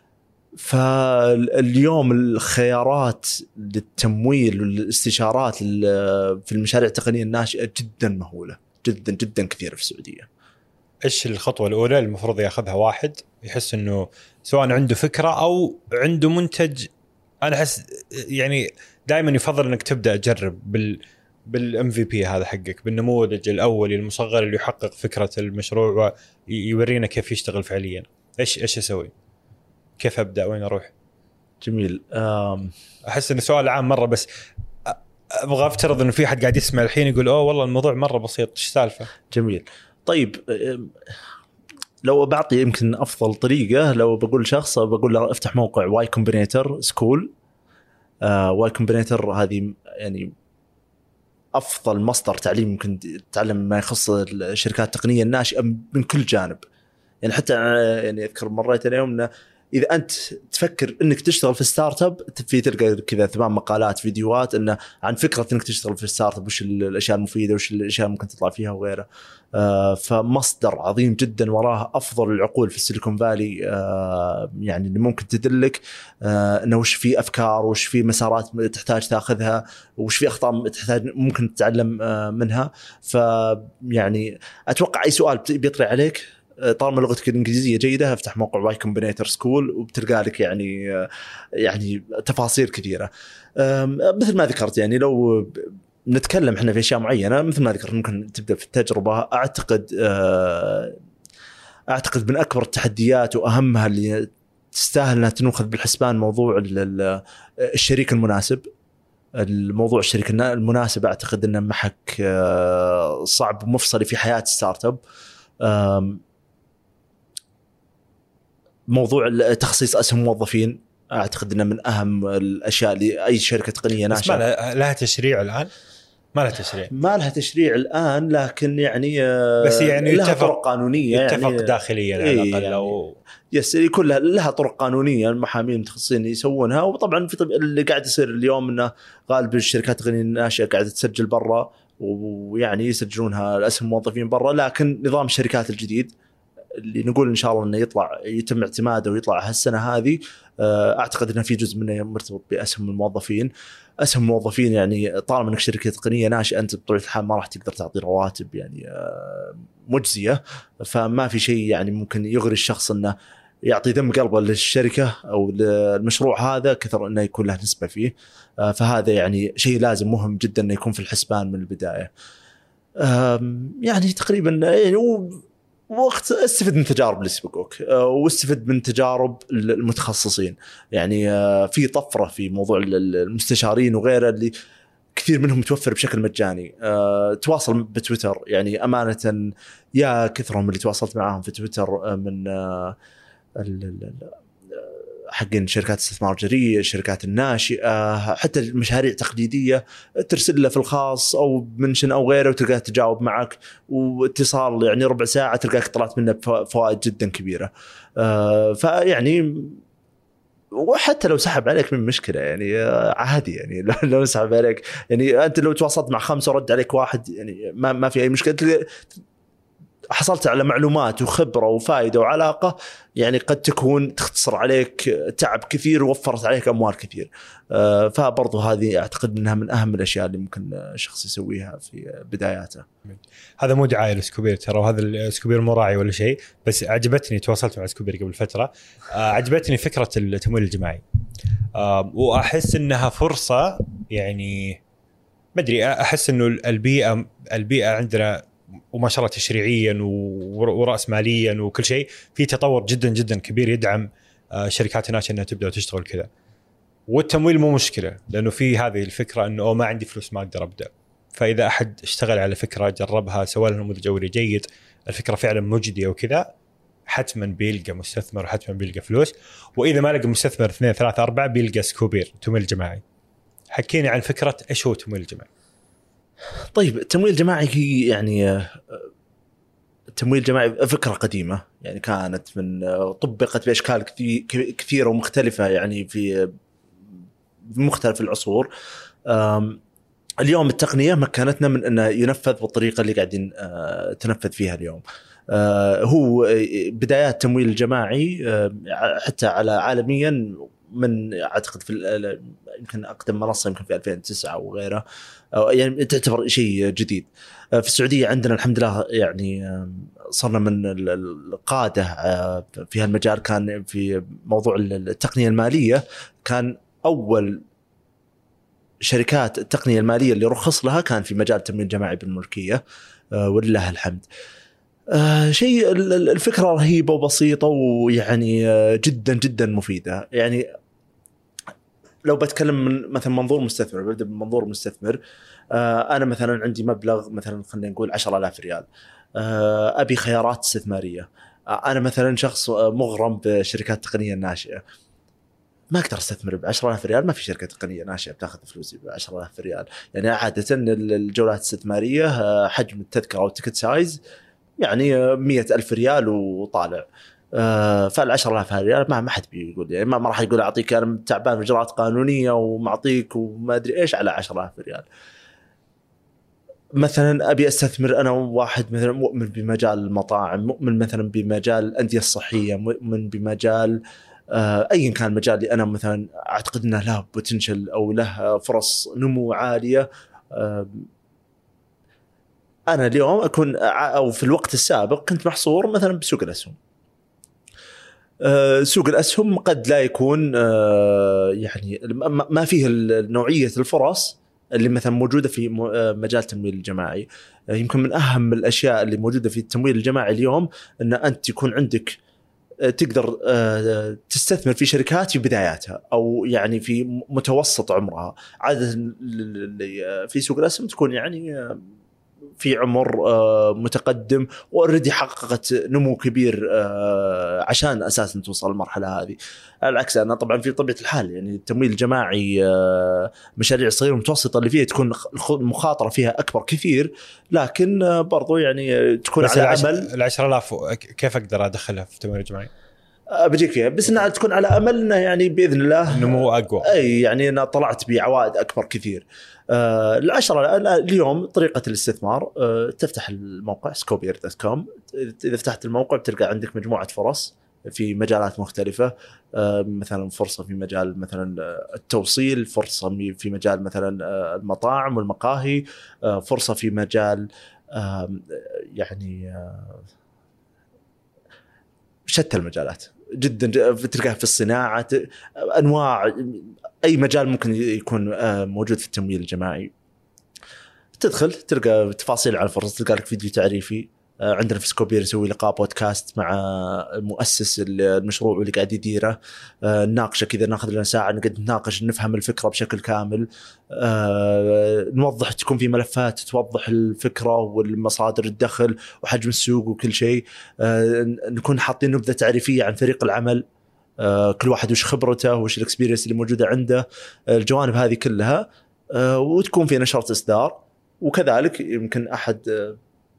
فاليوم الخيارات للتمويل والاستشارات في المشاريع التقنية الناشئة جدا مهولة، جدا جدا كثيرة في السعودية. إيش الخطوة الأولى المفروض يأخذها واحد يحس إنه سواء عنده فكرة أو عنده منتج؟ أنا أحس يعني دائما يفضل إنك تبدأ تجرب بال بالام في بي هذا حقك، بالنموذج الأولي المصغر اللي يحقق فكرة المشروع ويورينا كيف يشتغل فعليا. إيش إيش أسوي؟ كيف أبدأ؟ وين أروح؟ جميل. أم... أحس إنه سؤال عام مرة، بس أبغى أفترض إنه في حد قاعد يسمع الحين يقول أوه والله الموضوع مرة بسيط، إيش سالفة؟ جميل. طيب لو بعطي يمكن أفضل طريقة، لو بقول شخص بقول له افتح موقع واي كومبينيتر سكول. واي كومبينيتر هذه يعني أفضل مصدر تعليم ممكن تتعلم ما يخص الشركات التقنية الناشئة من كل جانب. يعني حتى يعني أذكر مريت اليوم إنه إذا أنت تفكر إنك تشتغل في ستارت اب، في تلقى كذا ثمان مقالات فيديوهات إنه عن فكرة إنك تشتغل في ستارت اب، وش الأشياء المفيدة وش الأشياء ممكن تطلع فيها وغيره. آه فمصدر عظيم جدا وراه أفضل العقول في السيليكون فالي، آه يعني اللي ممكن تدلك آه إنه وش في أفكار، وش في مسارات تحتاج تأخذها، وش في أخطاء تحتاج ممكن تتعلم آه منها. فيعني أتوقع أي سؤال بيطرح عليك طالما لغتك الإنجليزية جيدة افتح موقع واي كومبينيتر سكول وبتلقى لك يعني يعني تفاصيل كثيرة. مثل ما ذكرت يعني لو نتكلم احنا في أشياء معينة مثل ما ذكرت ممكن تبدأ في التجربة. أعتقد أعتقد من أكبر التحديات وأهمها اللي تستاهل أنها تنوخذ بالحسبان موضوع الشريك المناسب. الموضوع الشريك المناسب أعتقد أنه محك صعب ومفصلي في حياة ستارت اب. موضوع تخصيص أسهم موظفين أعتقد أنه من أهم الأشياء لأي شركة تقنية ناشئة. ما لها تشريع الآن؟ ما لها تشريع ما لها تشريع الآن، لكن يعني بس يعني لها طرق قانونية، يتفق يعني داخليا على إيه الأقل يعني أو يس كلها لها طرق قانونية المحامين المتخصصين يسوونها. وطبعا في طب... اللي قاعد يصير اليوم إنه غالب الشركات التقنية الناشئة قاعدة تسجل برا، ويعني يسجلونها الأسهم موظفين برا. لكن نظام الشركات الجديد اللي نقول إن شاء الله إنه يطلع يتم اعتماده ويطلع هالسنة هذه، أعتقد إنه في جزء منه مرتبط بأسهم الموظفين. أسهم الموظفين يعني طالما إنك شركة تقنية ناشئة أنت بطبيعة الحال ما راح تقدر تعطي رواتب يعني مجزية، فما في شيء يعني ممكن يغري الشخص إنه يعطي دم قلبه للشركة أو للمشروع هذا كثر إنه يكون له نسبة فيه. فهذا يعني شيء لازم مهم جدا إنه يكون في الحسبان من البداية. يعني تقريبا يعني وقت استفد من تجارب اللي سبقوك واستفد من تجارب المتخصصين. يعني في طفرة في موضوع المستشارين وغيره اللي كثير منهم متوفر بشكل مجاني. تواصل بتويتر يعني أمانة يا كثرهم اللي تواصلت معهم في تويتر من حقين شركات استثمار جريء، الشركات الناشئة، حتى المشاريع تقليدية ترسل له في الخاص أو منشن أو غيره وتلقاه تجاوب معك، واتصال يعني ربع ساعة تلقاك طلعت منه فوائد جدا كبيرة. فيعني وحتى لو سحب عليك من مشكلة يعني عادي، يعني لو سحب عليك يعني أنت لو تواصلت مع خمسة ورد عليك واحد يعني ما ما في أي مشكلة، حصلت على معلومات وخبرة وفائدة وعلاقة يعني قد تكون تختصر عليك تعب كثير ووفرت عليك أموال كثير. فبرضه هذه أعتقد أنها من أهم الأشياء اللي ممكن شخص يسويها في بداياته. هذا مو دعاية لسكوبير ترى، وهذا السكوبير مو راعي ولا شيء، بس عجبتني تواصلت مع سكوبير قبل فترة، عجبتني فكرة التمويل الجماعي وأحس أنها فرصة. يعني ما أدري، أحس أنه البيئة البيئة عندنا وما شاء الله تشريعيا ورأس ماليا وكل شيء في تطور جدا جدا كبير يدعم شركات ناشئة انها تبدأ وتشتغل كذا. والتمويل مو مشكلة لأنه في هذه الفكرة أنه أو ما عندي فلوس ما أقدر أبدأ. فإذا أحد اشتغل على فكرة جربها سوى له نموذج أولي جيد، الفكرة فعلا مجدية وكذا، حتما بيلقى مستثمر وحتما بيلقى فلوس. وإذا ما لقى مستثمر اثنين ثلاثة أربعة بيلقى سكوبير تمويل جماعي. حكيني عن فكرة إيش هو تمويل جماعي. طيب التمويل الجماعي هي يعني التمويل الجماعي فكرة قديمة يعني كانت من طبقت بأشكال كثيرة ومختلفة يعني في مختلف العصور. اليوم التقنية مكنتنا من أنه ينفذ بالطريقة اللي قاعدين آه تنفذ فيها اليوم. آه هو بدايات تمويل الجماعي آه حتى على عالميا من أعتقد في يمكن أقدم منصة يمكن في ألفين وتسعة وغيره، يعني تعتبر شيء جديد. في السعودية عندنا الحمد لله يعني صرنا من القادة في هالمجال. كان في موضوع التقنية المالية، كان أول شركات التقنية المالية اللي رخص لها كان في مجال التمويل الجماعي بالملكية، ولله الحمد. شيء الفكرة رهيبة وبسيطة ويعني جدا جدا مفيدة. يعني لو بتكلم من مثلا منظور مستثمر، ببدأ بمنظور مستثمر. أنا مثلا عندي مبلغ مثلا خلينا نقول عشرة آلاف ريال، أبي خيارات استثمارية. أنا مثلا شخص مغرم بشركات تقنية ناشئة، ما أقدر استثمر بعشرة آلاف ريال. ما في شركة تقنية ناشئة بتاخذ فلوسي بعشرة آلاف ريال. يعني عادة الجولات الاستثمارية حجم التذكرة أو التيكت سايز يعني مية ألف ريال وطالع. آه فالعشرة آلاف ريال ما ما حد بيقول، يعني ما, ما راح يقول أعطيك أنا تعبان في إجراءات قانونية ومعطيك وما أدري إيش على عشرة آلاف ريال. مثلا أبي أستثمر أنا واحد مثلا مؤمن بمجال المطاعم، مؤمن مثلا بمجال الأندية الصحية، مؤمن بمجال آه أي كان المجال اللي أنا مثلا أعتقد أنه له بوتنشل أو له فرص نمو عالية. آه أنا اليوم أكون أو في الوقت السابق كنت محصور مثلا بسوق الأسهم. أه سوق الأسهم قد لا يكون أه يعني ما فيه نوعية الفرص اللي مثلا موجودة في مجال التمويل الجماعي. أه يمكن من أهم الأشياء اللي موجودة في التمويل الجماعي اليوم أن أنت يكون عندك أه تقدر أه تستثمر في شركات في بداياتها أو يعني في متوسط عمرها. عادة في سوق الأسهم تكون يعني في عمر متقدم وأوريدي حققت نمو كبير عشان أساساً توصل المرحلة هذه. على العكس أنا طبعاً في طبيعة الحال يعني التمويل الجماعي مشاريع صغيرة ومتوسطة اللي فيها تكون المخاطرة فيها أكبر كثير، لكن برضو يعني تكون على عمل. العشرة آلاف كيف أقدر أدخلها في التمويل الجماعي؟ بجيك فيها، بس انها تكون على امل انه يعني باذن الله نمو اقوى. اي يعني انا طلعت بعوائد اكبر كثير. آه العشرة اليوم طريقه الاستثمار آه تفتح الموقع سكوبير دوت كوم. اذا فتحت الموقع بتلقى عندك مجموعه فرص في مجالات مختلفه. آه مثلا فرصه في مجال مثلا التوصيل، فرصه في مجال مثلا المطاعم والمقاهي، آه فرصه في مجال آه يعني آه شتى المجالات جدا. تلقاها في الصناعة، أنواع أي مجال ممكن يكون موجود في التمويل الجماعي. تدخل تلقى تفاصيل على الفرص، تلقى لك فيديو تعريفي. عندنا في سكوبير نسوي لقاء بودكاست مع مؤسس المشروع واللي قاعد يديره، نناقشه كذا، ناخذ لنا ساعة نقعد نناقش نفهم الفكرة بشكل كامل، نوضح، تكون في ملفات توضح الفكرة والمصادر الدخل وحجم السوق وكل شيء. نكون حاطين نبذة تعريفية عن فريق العمل، كل واحد وش خبرته وش الاكسبيرينس اللي موجودة عنده، الجوانب هذه كلها. وتكون في نشرة إصدار. وكذلك يمكن أحد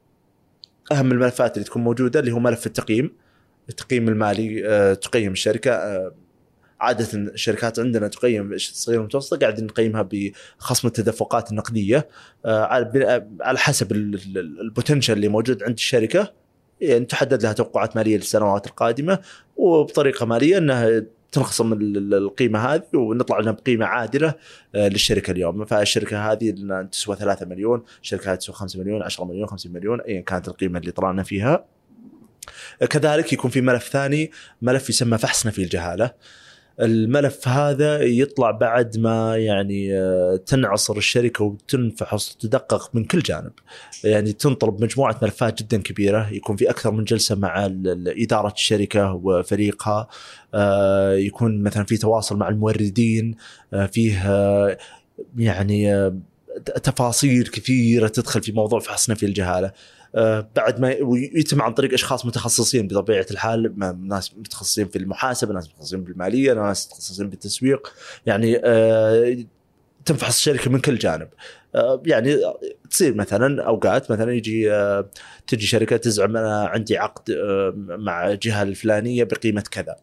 أهم الملفات اللي تكون موجودة اللي هو ملف التقييم التقييم المالي. أه تقيم الشركة. أه عادة الشركات عندنا تقيم صغيرة ومتوسطة، قاعد نقيمها بخصم التدفقات النقدية أه على حسب البوتنشل اللي موجود عند الشركة. يعني تحدد لها توقعات مالية للسنوات القادمة وبطريقة مالية أنها تنخصم القيمة هذه ونطلع لنا بقيمة عادلة للشركة اليوم. فالشركة هذه تسوى ثلاثة مليون، شركة تسوى خمسة مليون، عشرة مليون، خمسين مليون، أيا كانت القيمة اللي طلعنا فيها. كذلك يكون في ملف ثاني، ملف يسمى فحصنا في الجهالة. الملف هذا يطلع بعد ما يعني تنعصر الشركة وتنفحص وتدقق من كل جانب. يعني تنطلب مجموعة ملفات جدا كبيرة، يكون في أكثر من جلسة مع إدارة الشركة وفريقها. يكون مثلا في تواصل مع الموردين، فيه يعني تفاصيل كثيرة تدخل في موضوع فحصنا في الجهالة. آه بعد ما يتم عن طريق أشخاص متخصصين بطبيعة الحال، ناس متخصصين في المحاسبة، ناس متخصصين بالمالية، ناس متخصصين بالتسويق. يعني آه تنفحص الشركة من كل جانب. آه يعني تصير مثلا أوقات مثلا يجي آه تجي شركة تزعم أنا عندي عقد آه مع جهة الفلانية بقيمة كذا،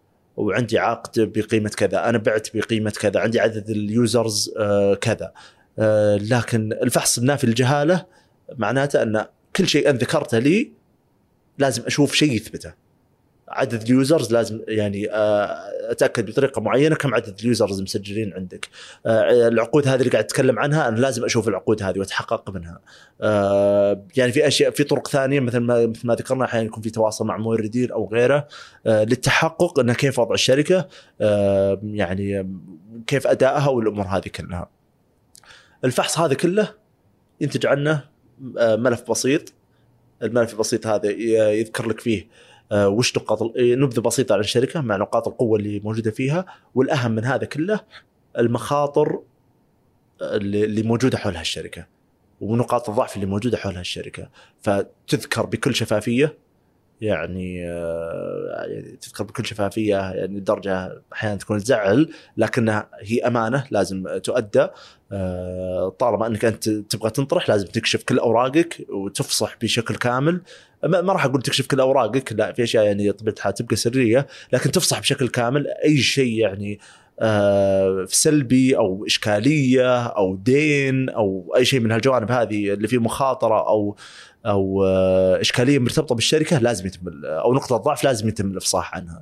وعندي عقد بقيمة كذا، أنا بعت بقيمة كذا، عندي عدد اليوزرز آه كذا. لكن الفحص النافي للجهالة معناته أن كل شيء أن ذكرته لي لازم أشوف شيء يثبته. عدد اليوزرز لازم يعني أتأكد بطريقة معينة كم عدد اليوزرز مسجلين عندك. العقود هذه اللي قاعد أتكلم عنها أنا لازم أشوف العقود هذه وأتحقق منها. يعني في أشياء في طرق ثانية مثل ما مثل ما ذكرنا أحيانا يكون في تواصل مع موردين أو غيره للتحقق أن كيف وضع الشركة يعني كيف أدائها والأمور هذه كلها. الفحص هذا كله ينتج عنه ملف بسيط. الملف البسيط هذا يذكر لك فيه وش نقاط نبذة بسيطة عن الشركة مع نقاط القوة اللي موجودة فيها، والأهم من هذا كله المخاطر اللي موجودة حول هالشركة ونقاط الضعف اللي موجودة حول هالشركة، فتذكر بكل شفافية يعني تذكر بكل شفافية يعني درجة أحيانا تكون تزعل لكنها هي أمانة لازم تؤدى. طالما أنك أنت تبغى تنطرح لازم تكشف كل أوراقك وتفصح بشكل كامل. ما راح أقول تكشف كل أوراقك، لا، في أشياء يعني طبيعتها تبقى سرية، لكن تفصح بشكل كامل أي شيء يعني سلبي أو إشكالية أو دين أو أي شيء من هالجوانب هذه اللي فيه مخاطرة أو أو إشكالية مرتبطة بالشركة لازم يتم، أو نقطة ضعف لازم يتم الإفصاح عنها.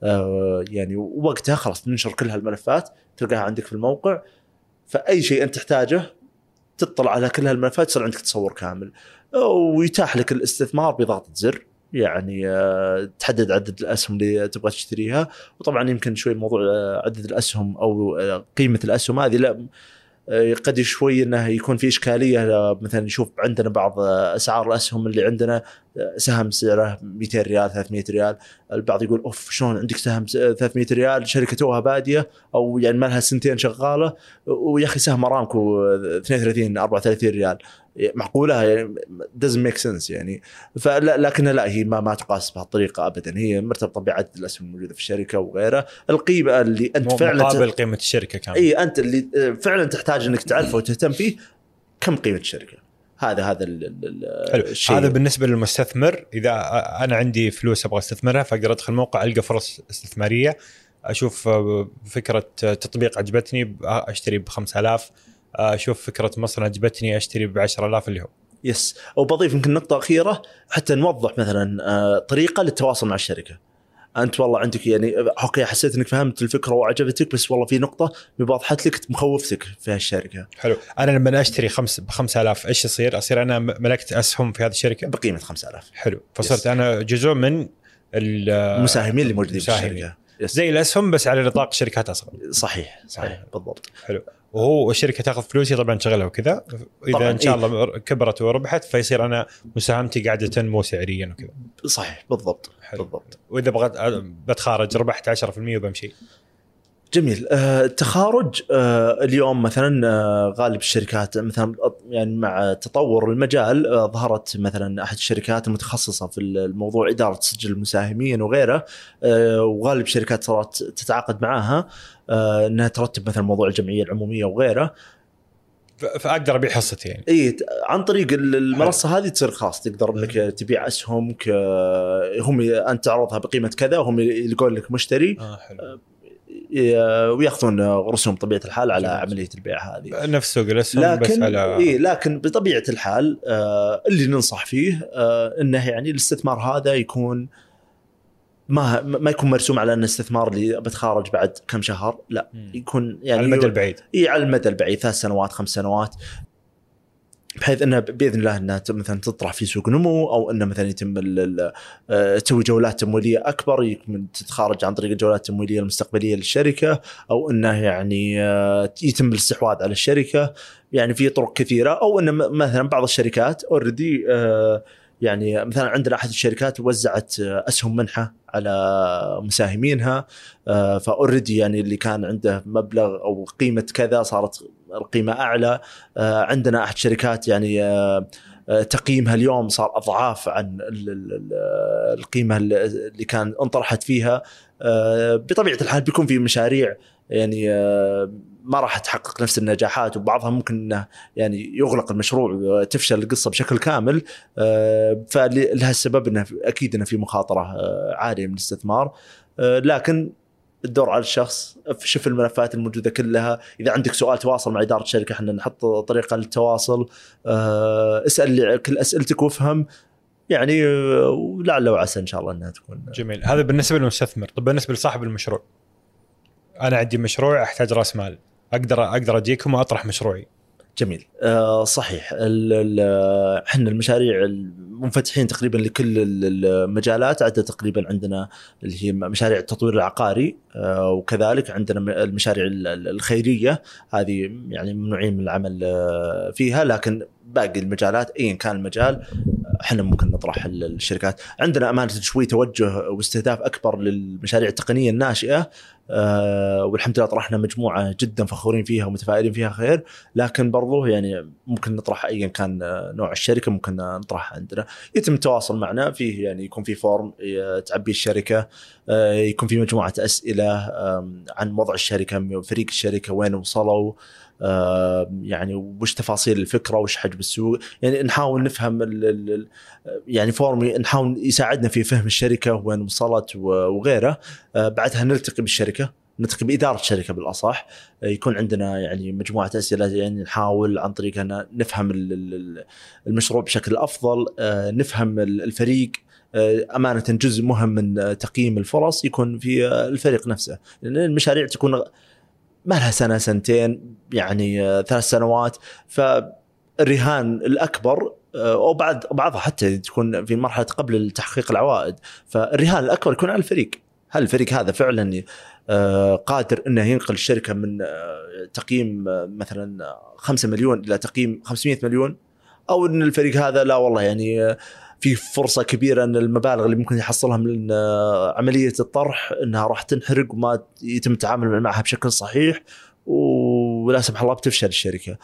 يعني وقتها خلاص ننشر كل هالملفات تلقاها عندك في الموقع، فأي شيء أنت تحتاجه تطلع على كل هالملفات يصير عندك تصور كامل، ويتاح لك الاستثمار بضغطة زر. يعني تحدد عدد الأسهم اللي تبغى تشتريها، وطبعا يمكن شوي موضوع عدد الأسهم أو قيمة الأسهم هذه لا قد شوي انه يكون في اشكاليه. مثلا نشوف عندنا بعض اسعار الاسهم اللي عندنا سهم سعره مئتين ريال ثلاثمئة ريال، البعض يقول اوف شلون عندك سهم ثلاثمئة ريال شركه توها باديه او يعني ما لها سنتين شغاله، ويا اخي سهم ارامكو اثنين وثلاثين أربعة وثلاثين ريال، معقوله يعني doesn't make sense يعني. فلا لكنها لا هي ما ما تقاس بهالطريقه ابدا، هي مرتبطه بعدد الاسهم الموجوده في الشركه وغيره. القيمه اللي انت فعلا مقابل قيمه الشركه كامله، اي انت اللي فعلا تحتاج انك تعرفه وتهتم فيه كم قيمه الشركه. هذا هذا الشيء. هذا بالنسبه للمستثمر. اذا انا عندي فلوس ابغى استثمرها فاقدر ادخل موقع القى فرص استثماريه، اشوف فكره تطبيق عجبتني اشتري ب خمسة آلاف، اشوف فكره مصنع عجبتني اشتري ب عشرة آلاف اللي هو يس. او بضيف يمكن نقطه اخيره حتى نوضح مثلا طريقه للتواصل مع الشركه. انت والله عندك يعني اوكي حسيت انك فهمت الفكره وعجبتك، بس والله في نقطه بوضحت لك مخوفتك في هالشركه. حلو. انا لما اشتري خمس ب خمسة آلاف ايش يصير؟ اصير انا ملكت اسهم في هذه الشركه بقيمه خمسة آلاف. حلو. فصرت يس. انا جزء من المساهمين اللي موجودين في الشركه، زي الاسهم بس على نطاق شركات اصغر. صحيح صحيح حلو. بالضبط. حلو. وهو الشركه تاخذ فلوسي طبعا تشغلها وكذا، اذا ان شاء إيه؟ الله كبرت وربحت فيصير انا مساهمتي قاعده تنمو سعريا وكذا. صحيح بالضبط. حلو. بالضبط. واذا بغيت بتخارج ربحت عشرة بالمئة وبمشي. جميل. التخارج اليوم مثلا غالب الشركات مثلا يعني مع تطور المجال ظهرت مثلا احد الشركات المتخصصه في الموضوع اداره تسجيل المساهمين وغيره، وغالب الشركات صارت تتعاقد معاها انها ترتب مثلا موضوع الجمعيه العموميه وغيره، فاقدر ابيع حصتي يعني اي عن طريق المنصه هذه. تصير خاص تقدر انك تبيع اسهمك، هم انت تعرضها بقيمه كذا وهم يلقون لك مشتري. آه حلو. وياخذون رسوم طبيعة الحال على عملية البيع هذه نفس سوق الأسهم بس على إيه. لكن بطبيعة الحال آه اللي ننصح فيه آه إنه يعني الاستثمار هذا يكون ما ما يكون مرسوم على أن الاستثمار اللي بتخارج بعد كم شهر، لا يكون يعني على المدى البعيد. إيه على المدى البعيد ثلاث سنوات خمس سنوات، بحيث انها باذن الله انها مثلا تطرح في سوق نمو، او انه مثلا يتم تسوي جولات تمويليه اكبر تتخارج عن طريق الجولات التمويليه المستقبليه للشركه، او انه يعني يتم الاستحواذ على الشركه. يعني في طرق كثيره، او ان مثلا بعض الشركات اوريدي يعني مثلا عندنا احد الشركات وزعت اسهم منحه على مساهمينها، فاوريدي يعني اللي كان عنده مبلغ او قيمه كذا صارت القيمه اعلى. عندنا احد الشركات يعني تقييمها اليوم صار اضعاف عن القيمه اللي كان انطرحت فيها. بطبيعه الحال بيكون في مشاريع يعني ما راح تحقق نفس النجاحات، وبعضها ممكن انه يعني يغلق المشروع وتفشل القصه بشكل كامل. فلهالسبب انه اكيد انه في مخاطره عاليه من الاستثمار، لكن الدور على الشخص، شوف الملفات الموجوده كلها، اذا عندك سؤال تواصل مع اداره الشركه، احنا نحط طريقه للتواصل، اسال كل اسئلتك وافهم يعني، ولعل وعسى ان شاء الله انها تكون جميل. هذا بالنسبه للمستثمر. طب بالنسبه لصاحب المشروع، انا عندي مشروع احتاج راس مال، اقدر اقدر اجيكم واطرح مشروعي. جميل. أه صحيح. احنا المشاريع منفتحين تقريبا لكل المجالات، عدة تقريبا عندنا اللي هي مشاريع التطوير العقاري، أه وكذلك عندنا المشاريع الخيرية، هذه يعني ممنوعين من العمل فيها، لكن باقي المجالات ايا كان المجال احنا ممكن نطرح الشركات. عندنا امانه شوي توجه واستهداف اكبر للمشاريع التقنيه الناشئه، أه والحمد لله طرحنا مجموعه جدا فخورين فيها ومتفائلين فيها خير، لكن برضو يعني ممكن نطرح ايا كان نوع الشركه ممكن نطرح عندنا. يتم التواصل معنا فيه، يعني يكون في فورم تعبي الشركه، أه يكون في مجموعه اسئله عن وضع الشركه، فريق الشركه وين وصلوا، آه يعني وش تفاصيل الفكرة، وش حجم السوق، يعني نحاول نفهم ال ال يعني فورمي نحاول يساعدنا في فهم الشركة وين وصلت وغيره. آه بعدها نلتقي بالشركة، نلتقي بإدارة الشركة بالأصح، آه يكون عندنا يعني مجموعة أسئلة، يعني نحاول عن طريقها نفهم المشروع بشكل أفضل، آه نفهم الفريق. أمانة جزء مهم من تقييم الفرص يكون في الفريق نفسه، لأن المشاريع تكون ما لها سنة سنتين يعني ثلاث سنوات، فالرهان الأكبر أو بعد بعضها حتى تكون في مرحلة قبل تحقيق العوائد، فالرهان الأكبر يكون على الفريق. هل الفريق هذا فعلا قادر أنه ينقل الشركة من تقييم مثلا خمسة مليون إلى تقييم خمسمائة مليون، أو أن الفريق هذا لا والله يعني في فرصة كبيرة أن المبالغ اللي ممكن يحصلها من عملية الطرح أنها راح تنحرق وما يتم التعامل معها بشكل صحيح، ولا سمح الله بتفشل الشركة.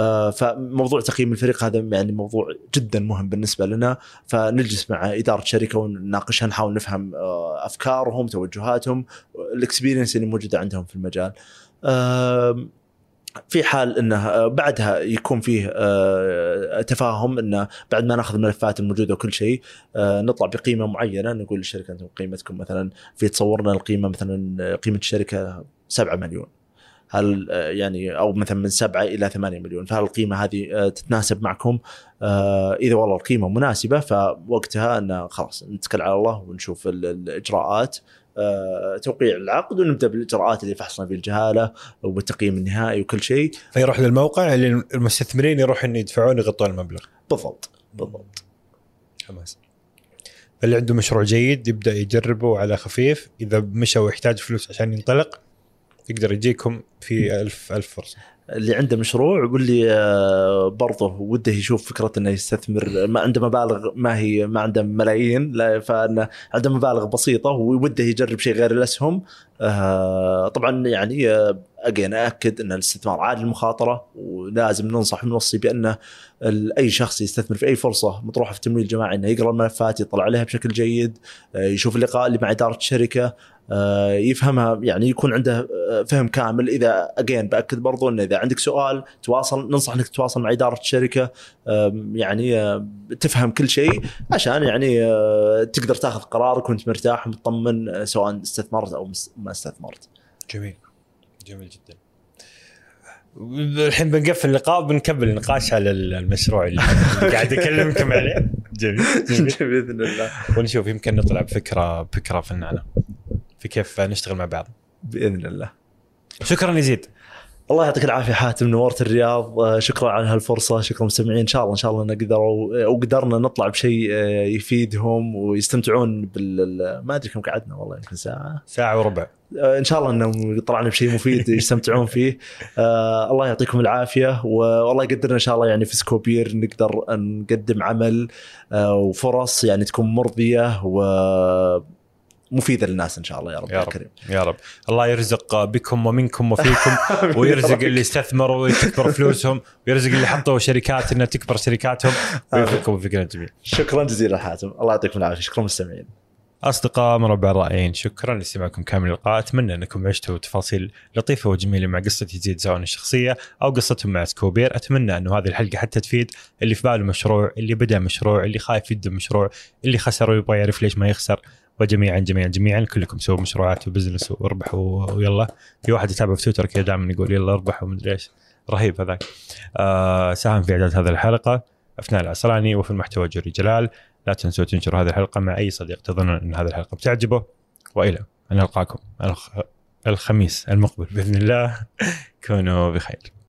فموضوع تقييم الفريق هذا يعني موضوع جدا مهم بالنسبة لنا، فنجلس مع إدارة الشركة ونناقشها، نحاول نفهم أفكارهم، توجهاتهم، الإكسبيرينس اللي موجودة عندهم في المجال. في حال انه بعدها يكون فيه تفاهم، انه بعد ما ناخذ الملفات الموجوده وكل شيء نطلع بقيمه معينه، نقول للشركه انتم قيمتكم مثلا في تصورنا القيمه مثلا قيمه الشركه سبعة مليون، هل يعني او مثلا من سبعة الى ثمانية مليون، فهل القيمه هذه تتناسب معكم؟ اذا والله القيمه مناسبه فوقتها ان خلاص نتكل على الله ونشوف الاجراءات، توقيع العقد، ونبدأ بالإجراءات اللي فحصنا في الجهالة والتقييم النهائي وكل شيء. فيروح للموقع اللي المستثمرين يروحون يدفعون يغطون المبلغ. بالضبط بالضبط. حماس. اللي عنده مشروع جيد يبدأ يجربه على خفيف، إذا مشى ويحتاج فلوس عشان ينطلق يقدر يجيكم في ألف ألف فرصة. اللي عنده مشروع واللي برضه وده يشوف فكرة انه يستثمر، ما عنده مبالغ، ما هي ما عنده ملايين، لا فانه عنده مبالغ بسيطة ووده يجرب شيء غير الأسهم. طبعا يعني أجين أكد أن الاستثمار عادل المخاطرة، ولازم ننصح ونوصي بأنه أي شخص يستثمر في أي فرصة مطروحة في تمويل جماعي أنه يقرأ الملفات، يطلع عليها بشكل جيد، يشوف اللقاء اللي مع إدارة الشركة، يفهمها، يعني يكون عنده فهم كامل. إذا أجين بأكد برضو أنه إذا عندك سؤال تواصل، ننصح أنك تواصل مع إدارة الشركة، يعني تفهم كل شيء عشان يعني تقدر تأخذ قرارك وأنت مرتاح ومطمن، سواء استثمرت أو ما استثمرت. جميل جميل جدا. الحين بنقفل اللقاء وبنكمل النقاش على المشروع اللي قاعد أكلمكم عليه. جميل جميل بإذن الله، ونشوف يمكن نطلع بفكرة فكرة فنانة في كيف نشتغل مع بعض بإذن الله. شكرا يزيد. الله يعطيك العافية حاتم، نورت الرياض، شكرا على هالفرصة، شكرا مستمعين. إن شاء الله إن شاء الله نقدروا وقدرنا نطلع بشيء يفيدهم ويستمتعون بال ما أدري كم قعدنا، والله يمكن ساعة ساعة وربع. إن شاء الله إنهم طلعنا بشيء مفيد يستمتعون فيه. آه الله يعطيكم العافية، والله يقدرنا إن شاء الله يعني في سكوبير نقدر نقدم عمل آه وفرص يعني تكون مرضية و مفيدة للناس إن شاء الله يا رب يا رب الكريم. يا رب. الله يرزق بكم ومنكم وفيكم ويرزق اللي استثمروا ويكبر فلوسهم، ويرزق اللي حطوا شركات إنها تكبر شركاتهم، ويفكم وفكرة جميل. شكرا جزيلا حاتم، الله يعطيكم العافية. شكرا مستمعين. أصدقاء مربع الرائعين، شكرا لاستماعكم كامل اللقاء. أتمنى أنكم عشتوا تفاصيل لطيفة وجميلة مع قصة يزيد سواء الشخصية أو قصتهم مع سكوبير. أتمنى أنه هذه الحلقة حتى تفيد اللي في باله مشروع، اللي بدأ مشروع، اللي خايف يبدأ مشروع، اللي خسر ويبغى يعرف ليش ما يخسر. وجميعا جميعا جميعا كلكم سووا مشروعات وبزنس واربحوا ويلا. في واحد يتابع في تويتر كذا دائما يقول يلا اربحوا ومدري ايش، رهيب هذاك. آه ساهم في اعداد هذه الحلقه أفنان العسراني، وفي المحتوى جوري جلال. لا تنسوا تنشروا هذه الحلقه مع اي صديق تظنون ان هذه الحلقه بتعجبه، والى ان نلقاكم الخميس المقبل باذن الله. كونوا بخير.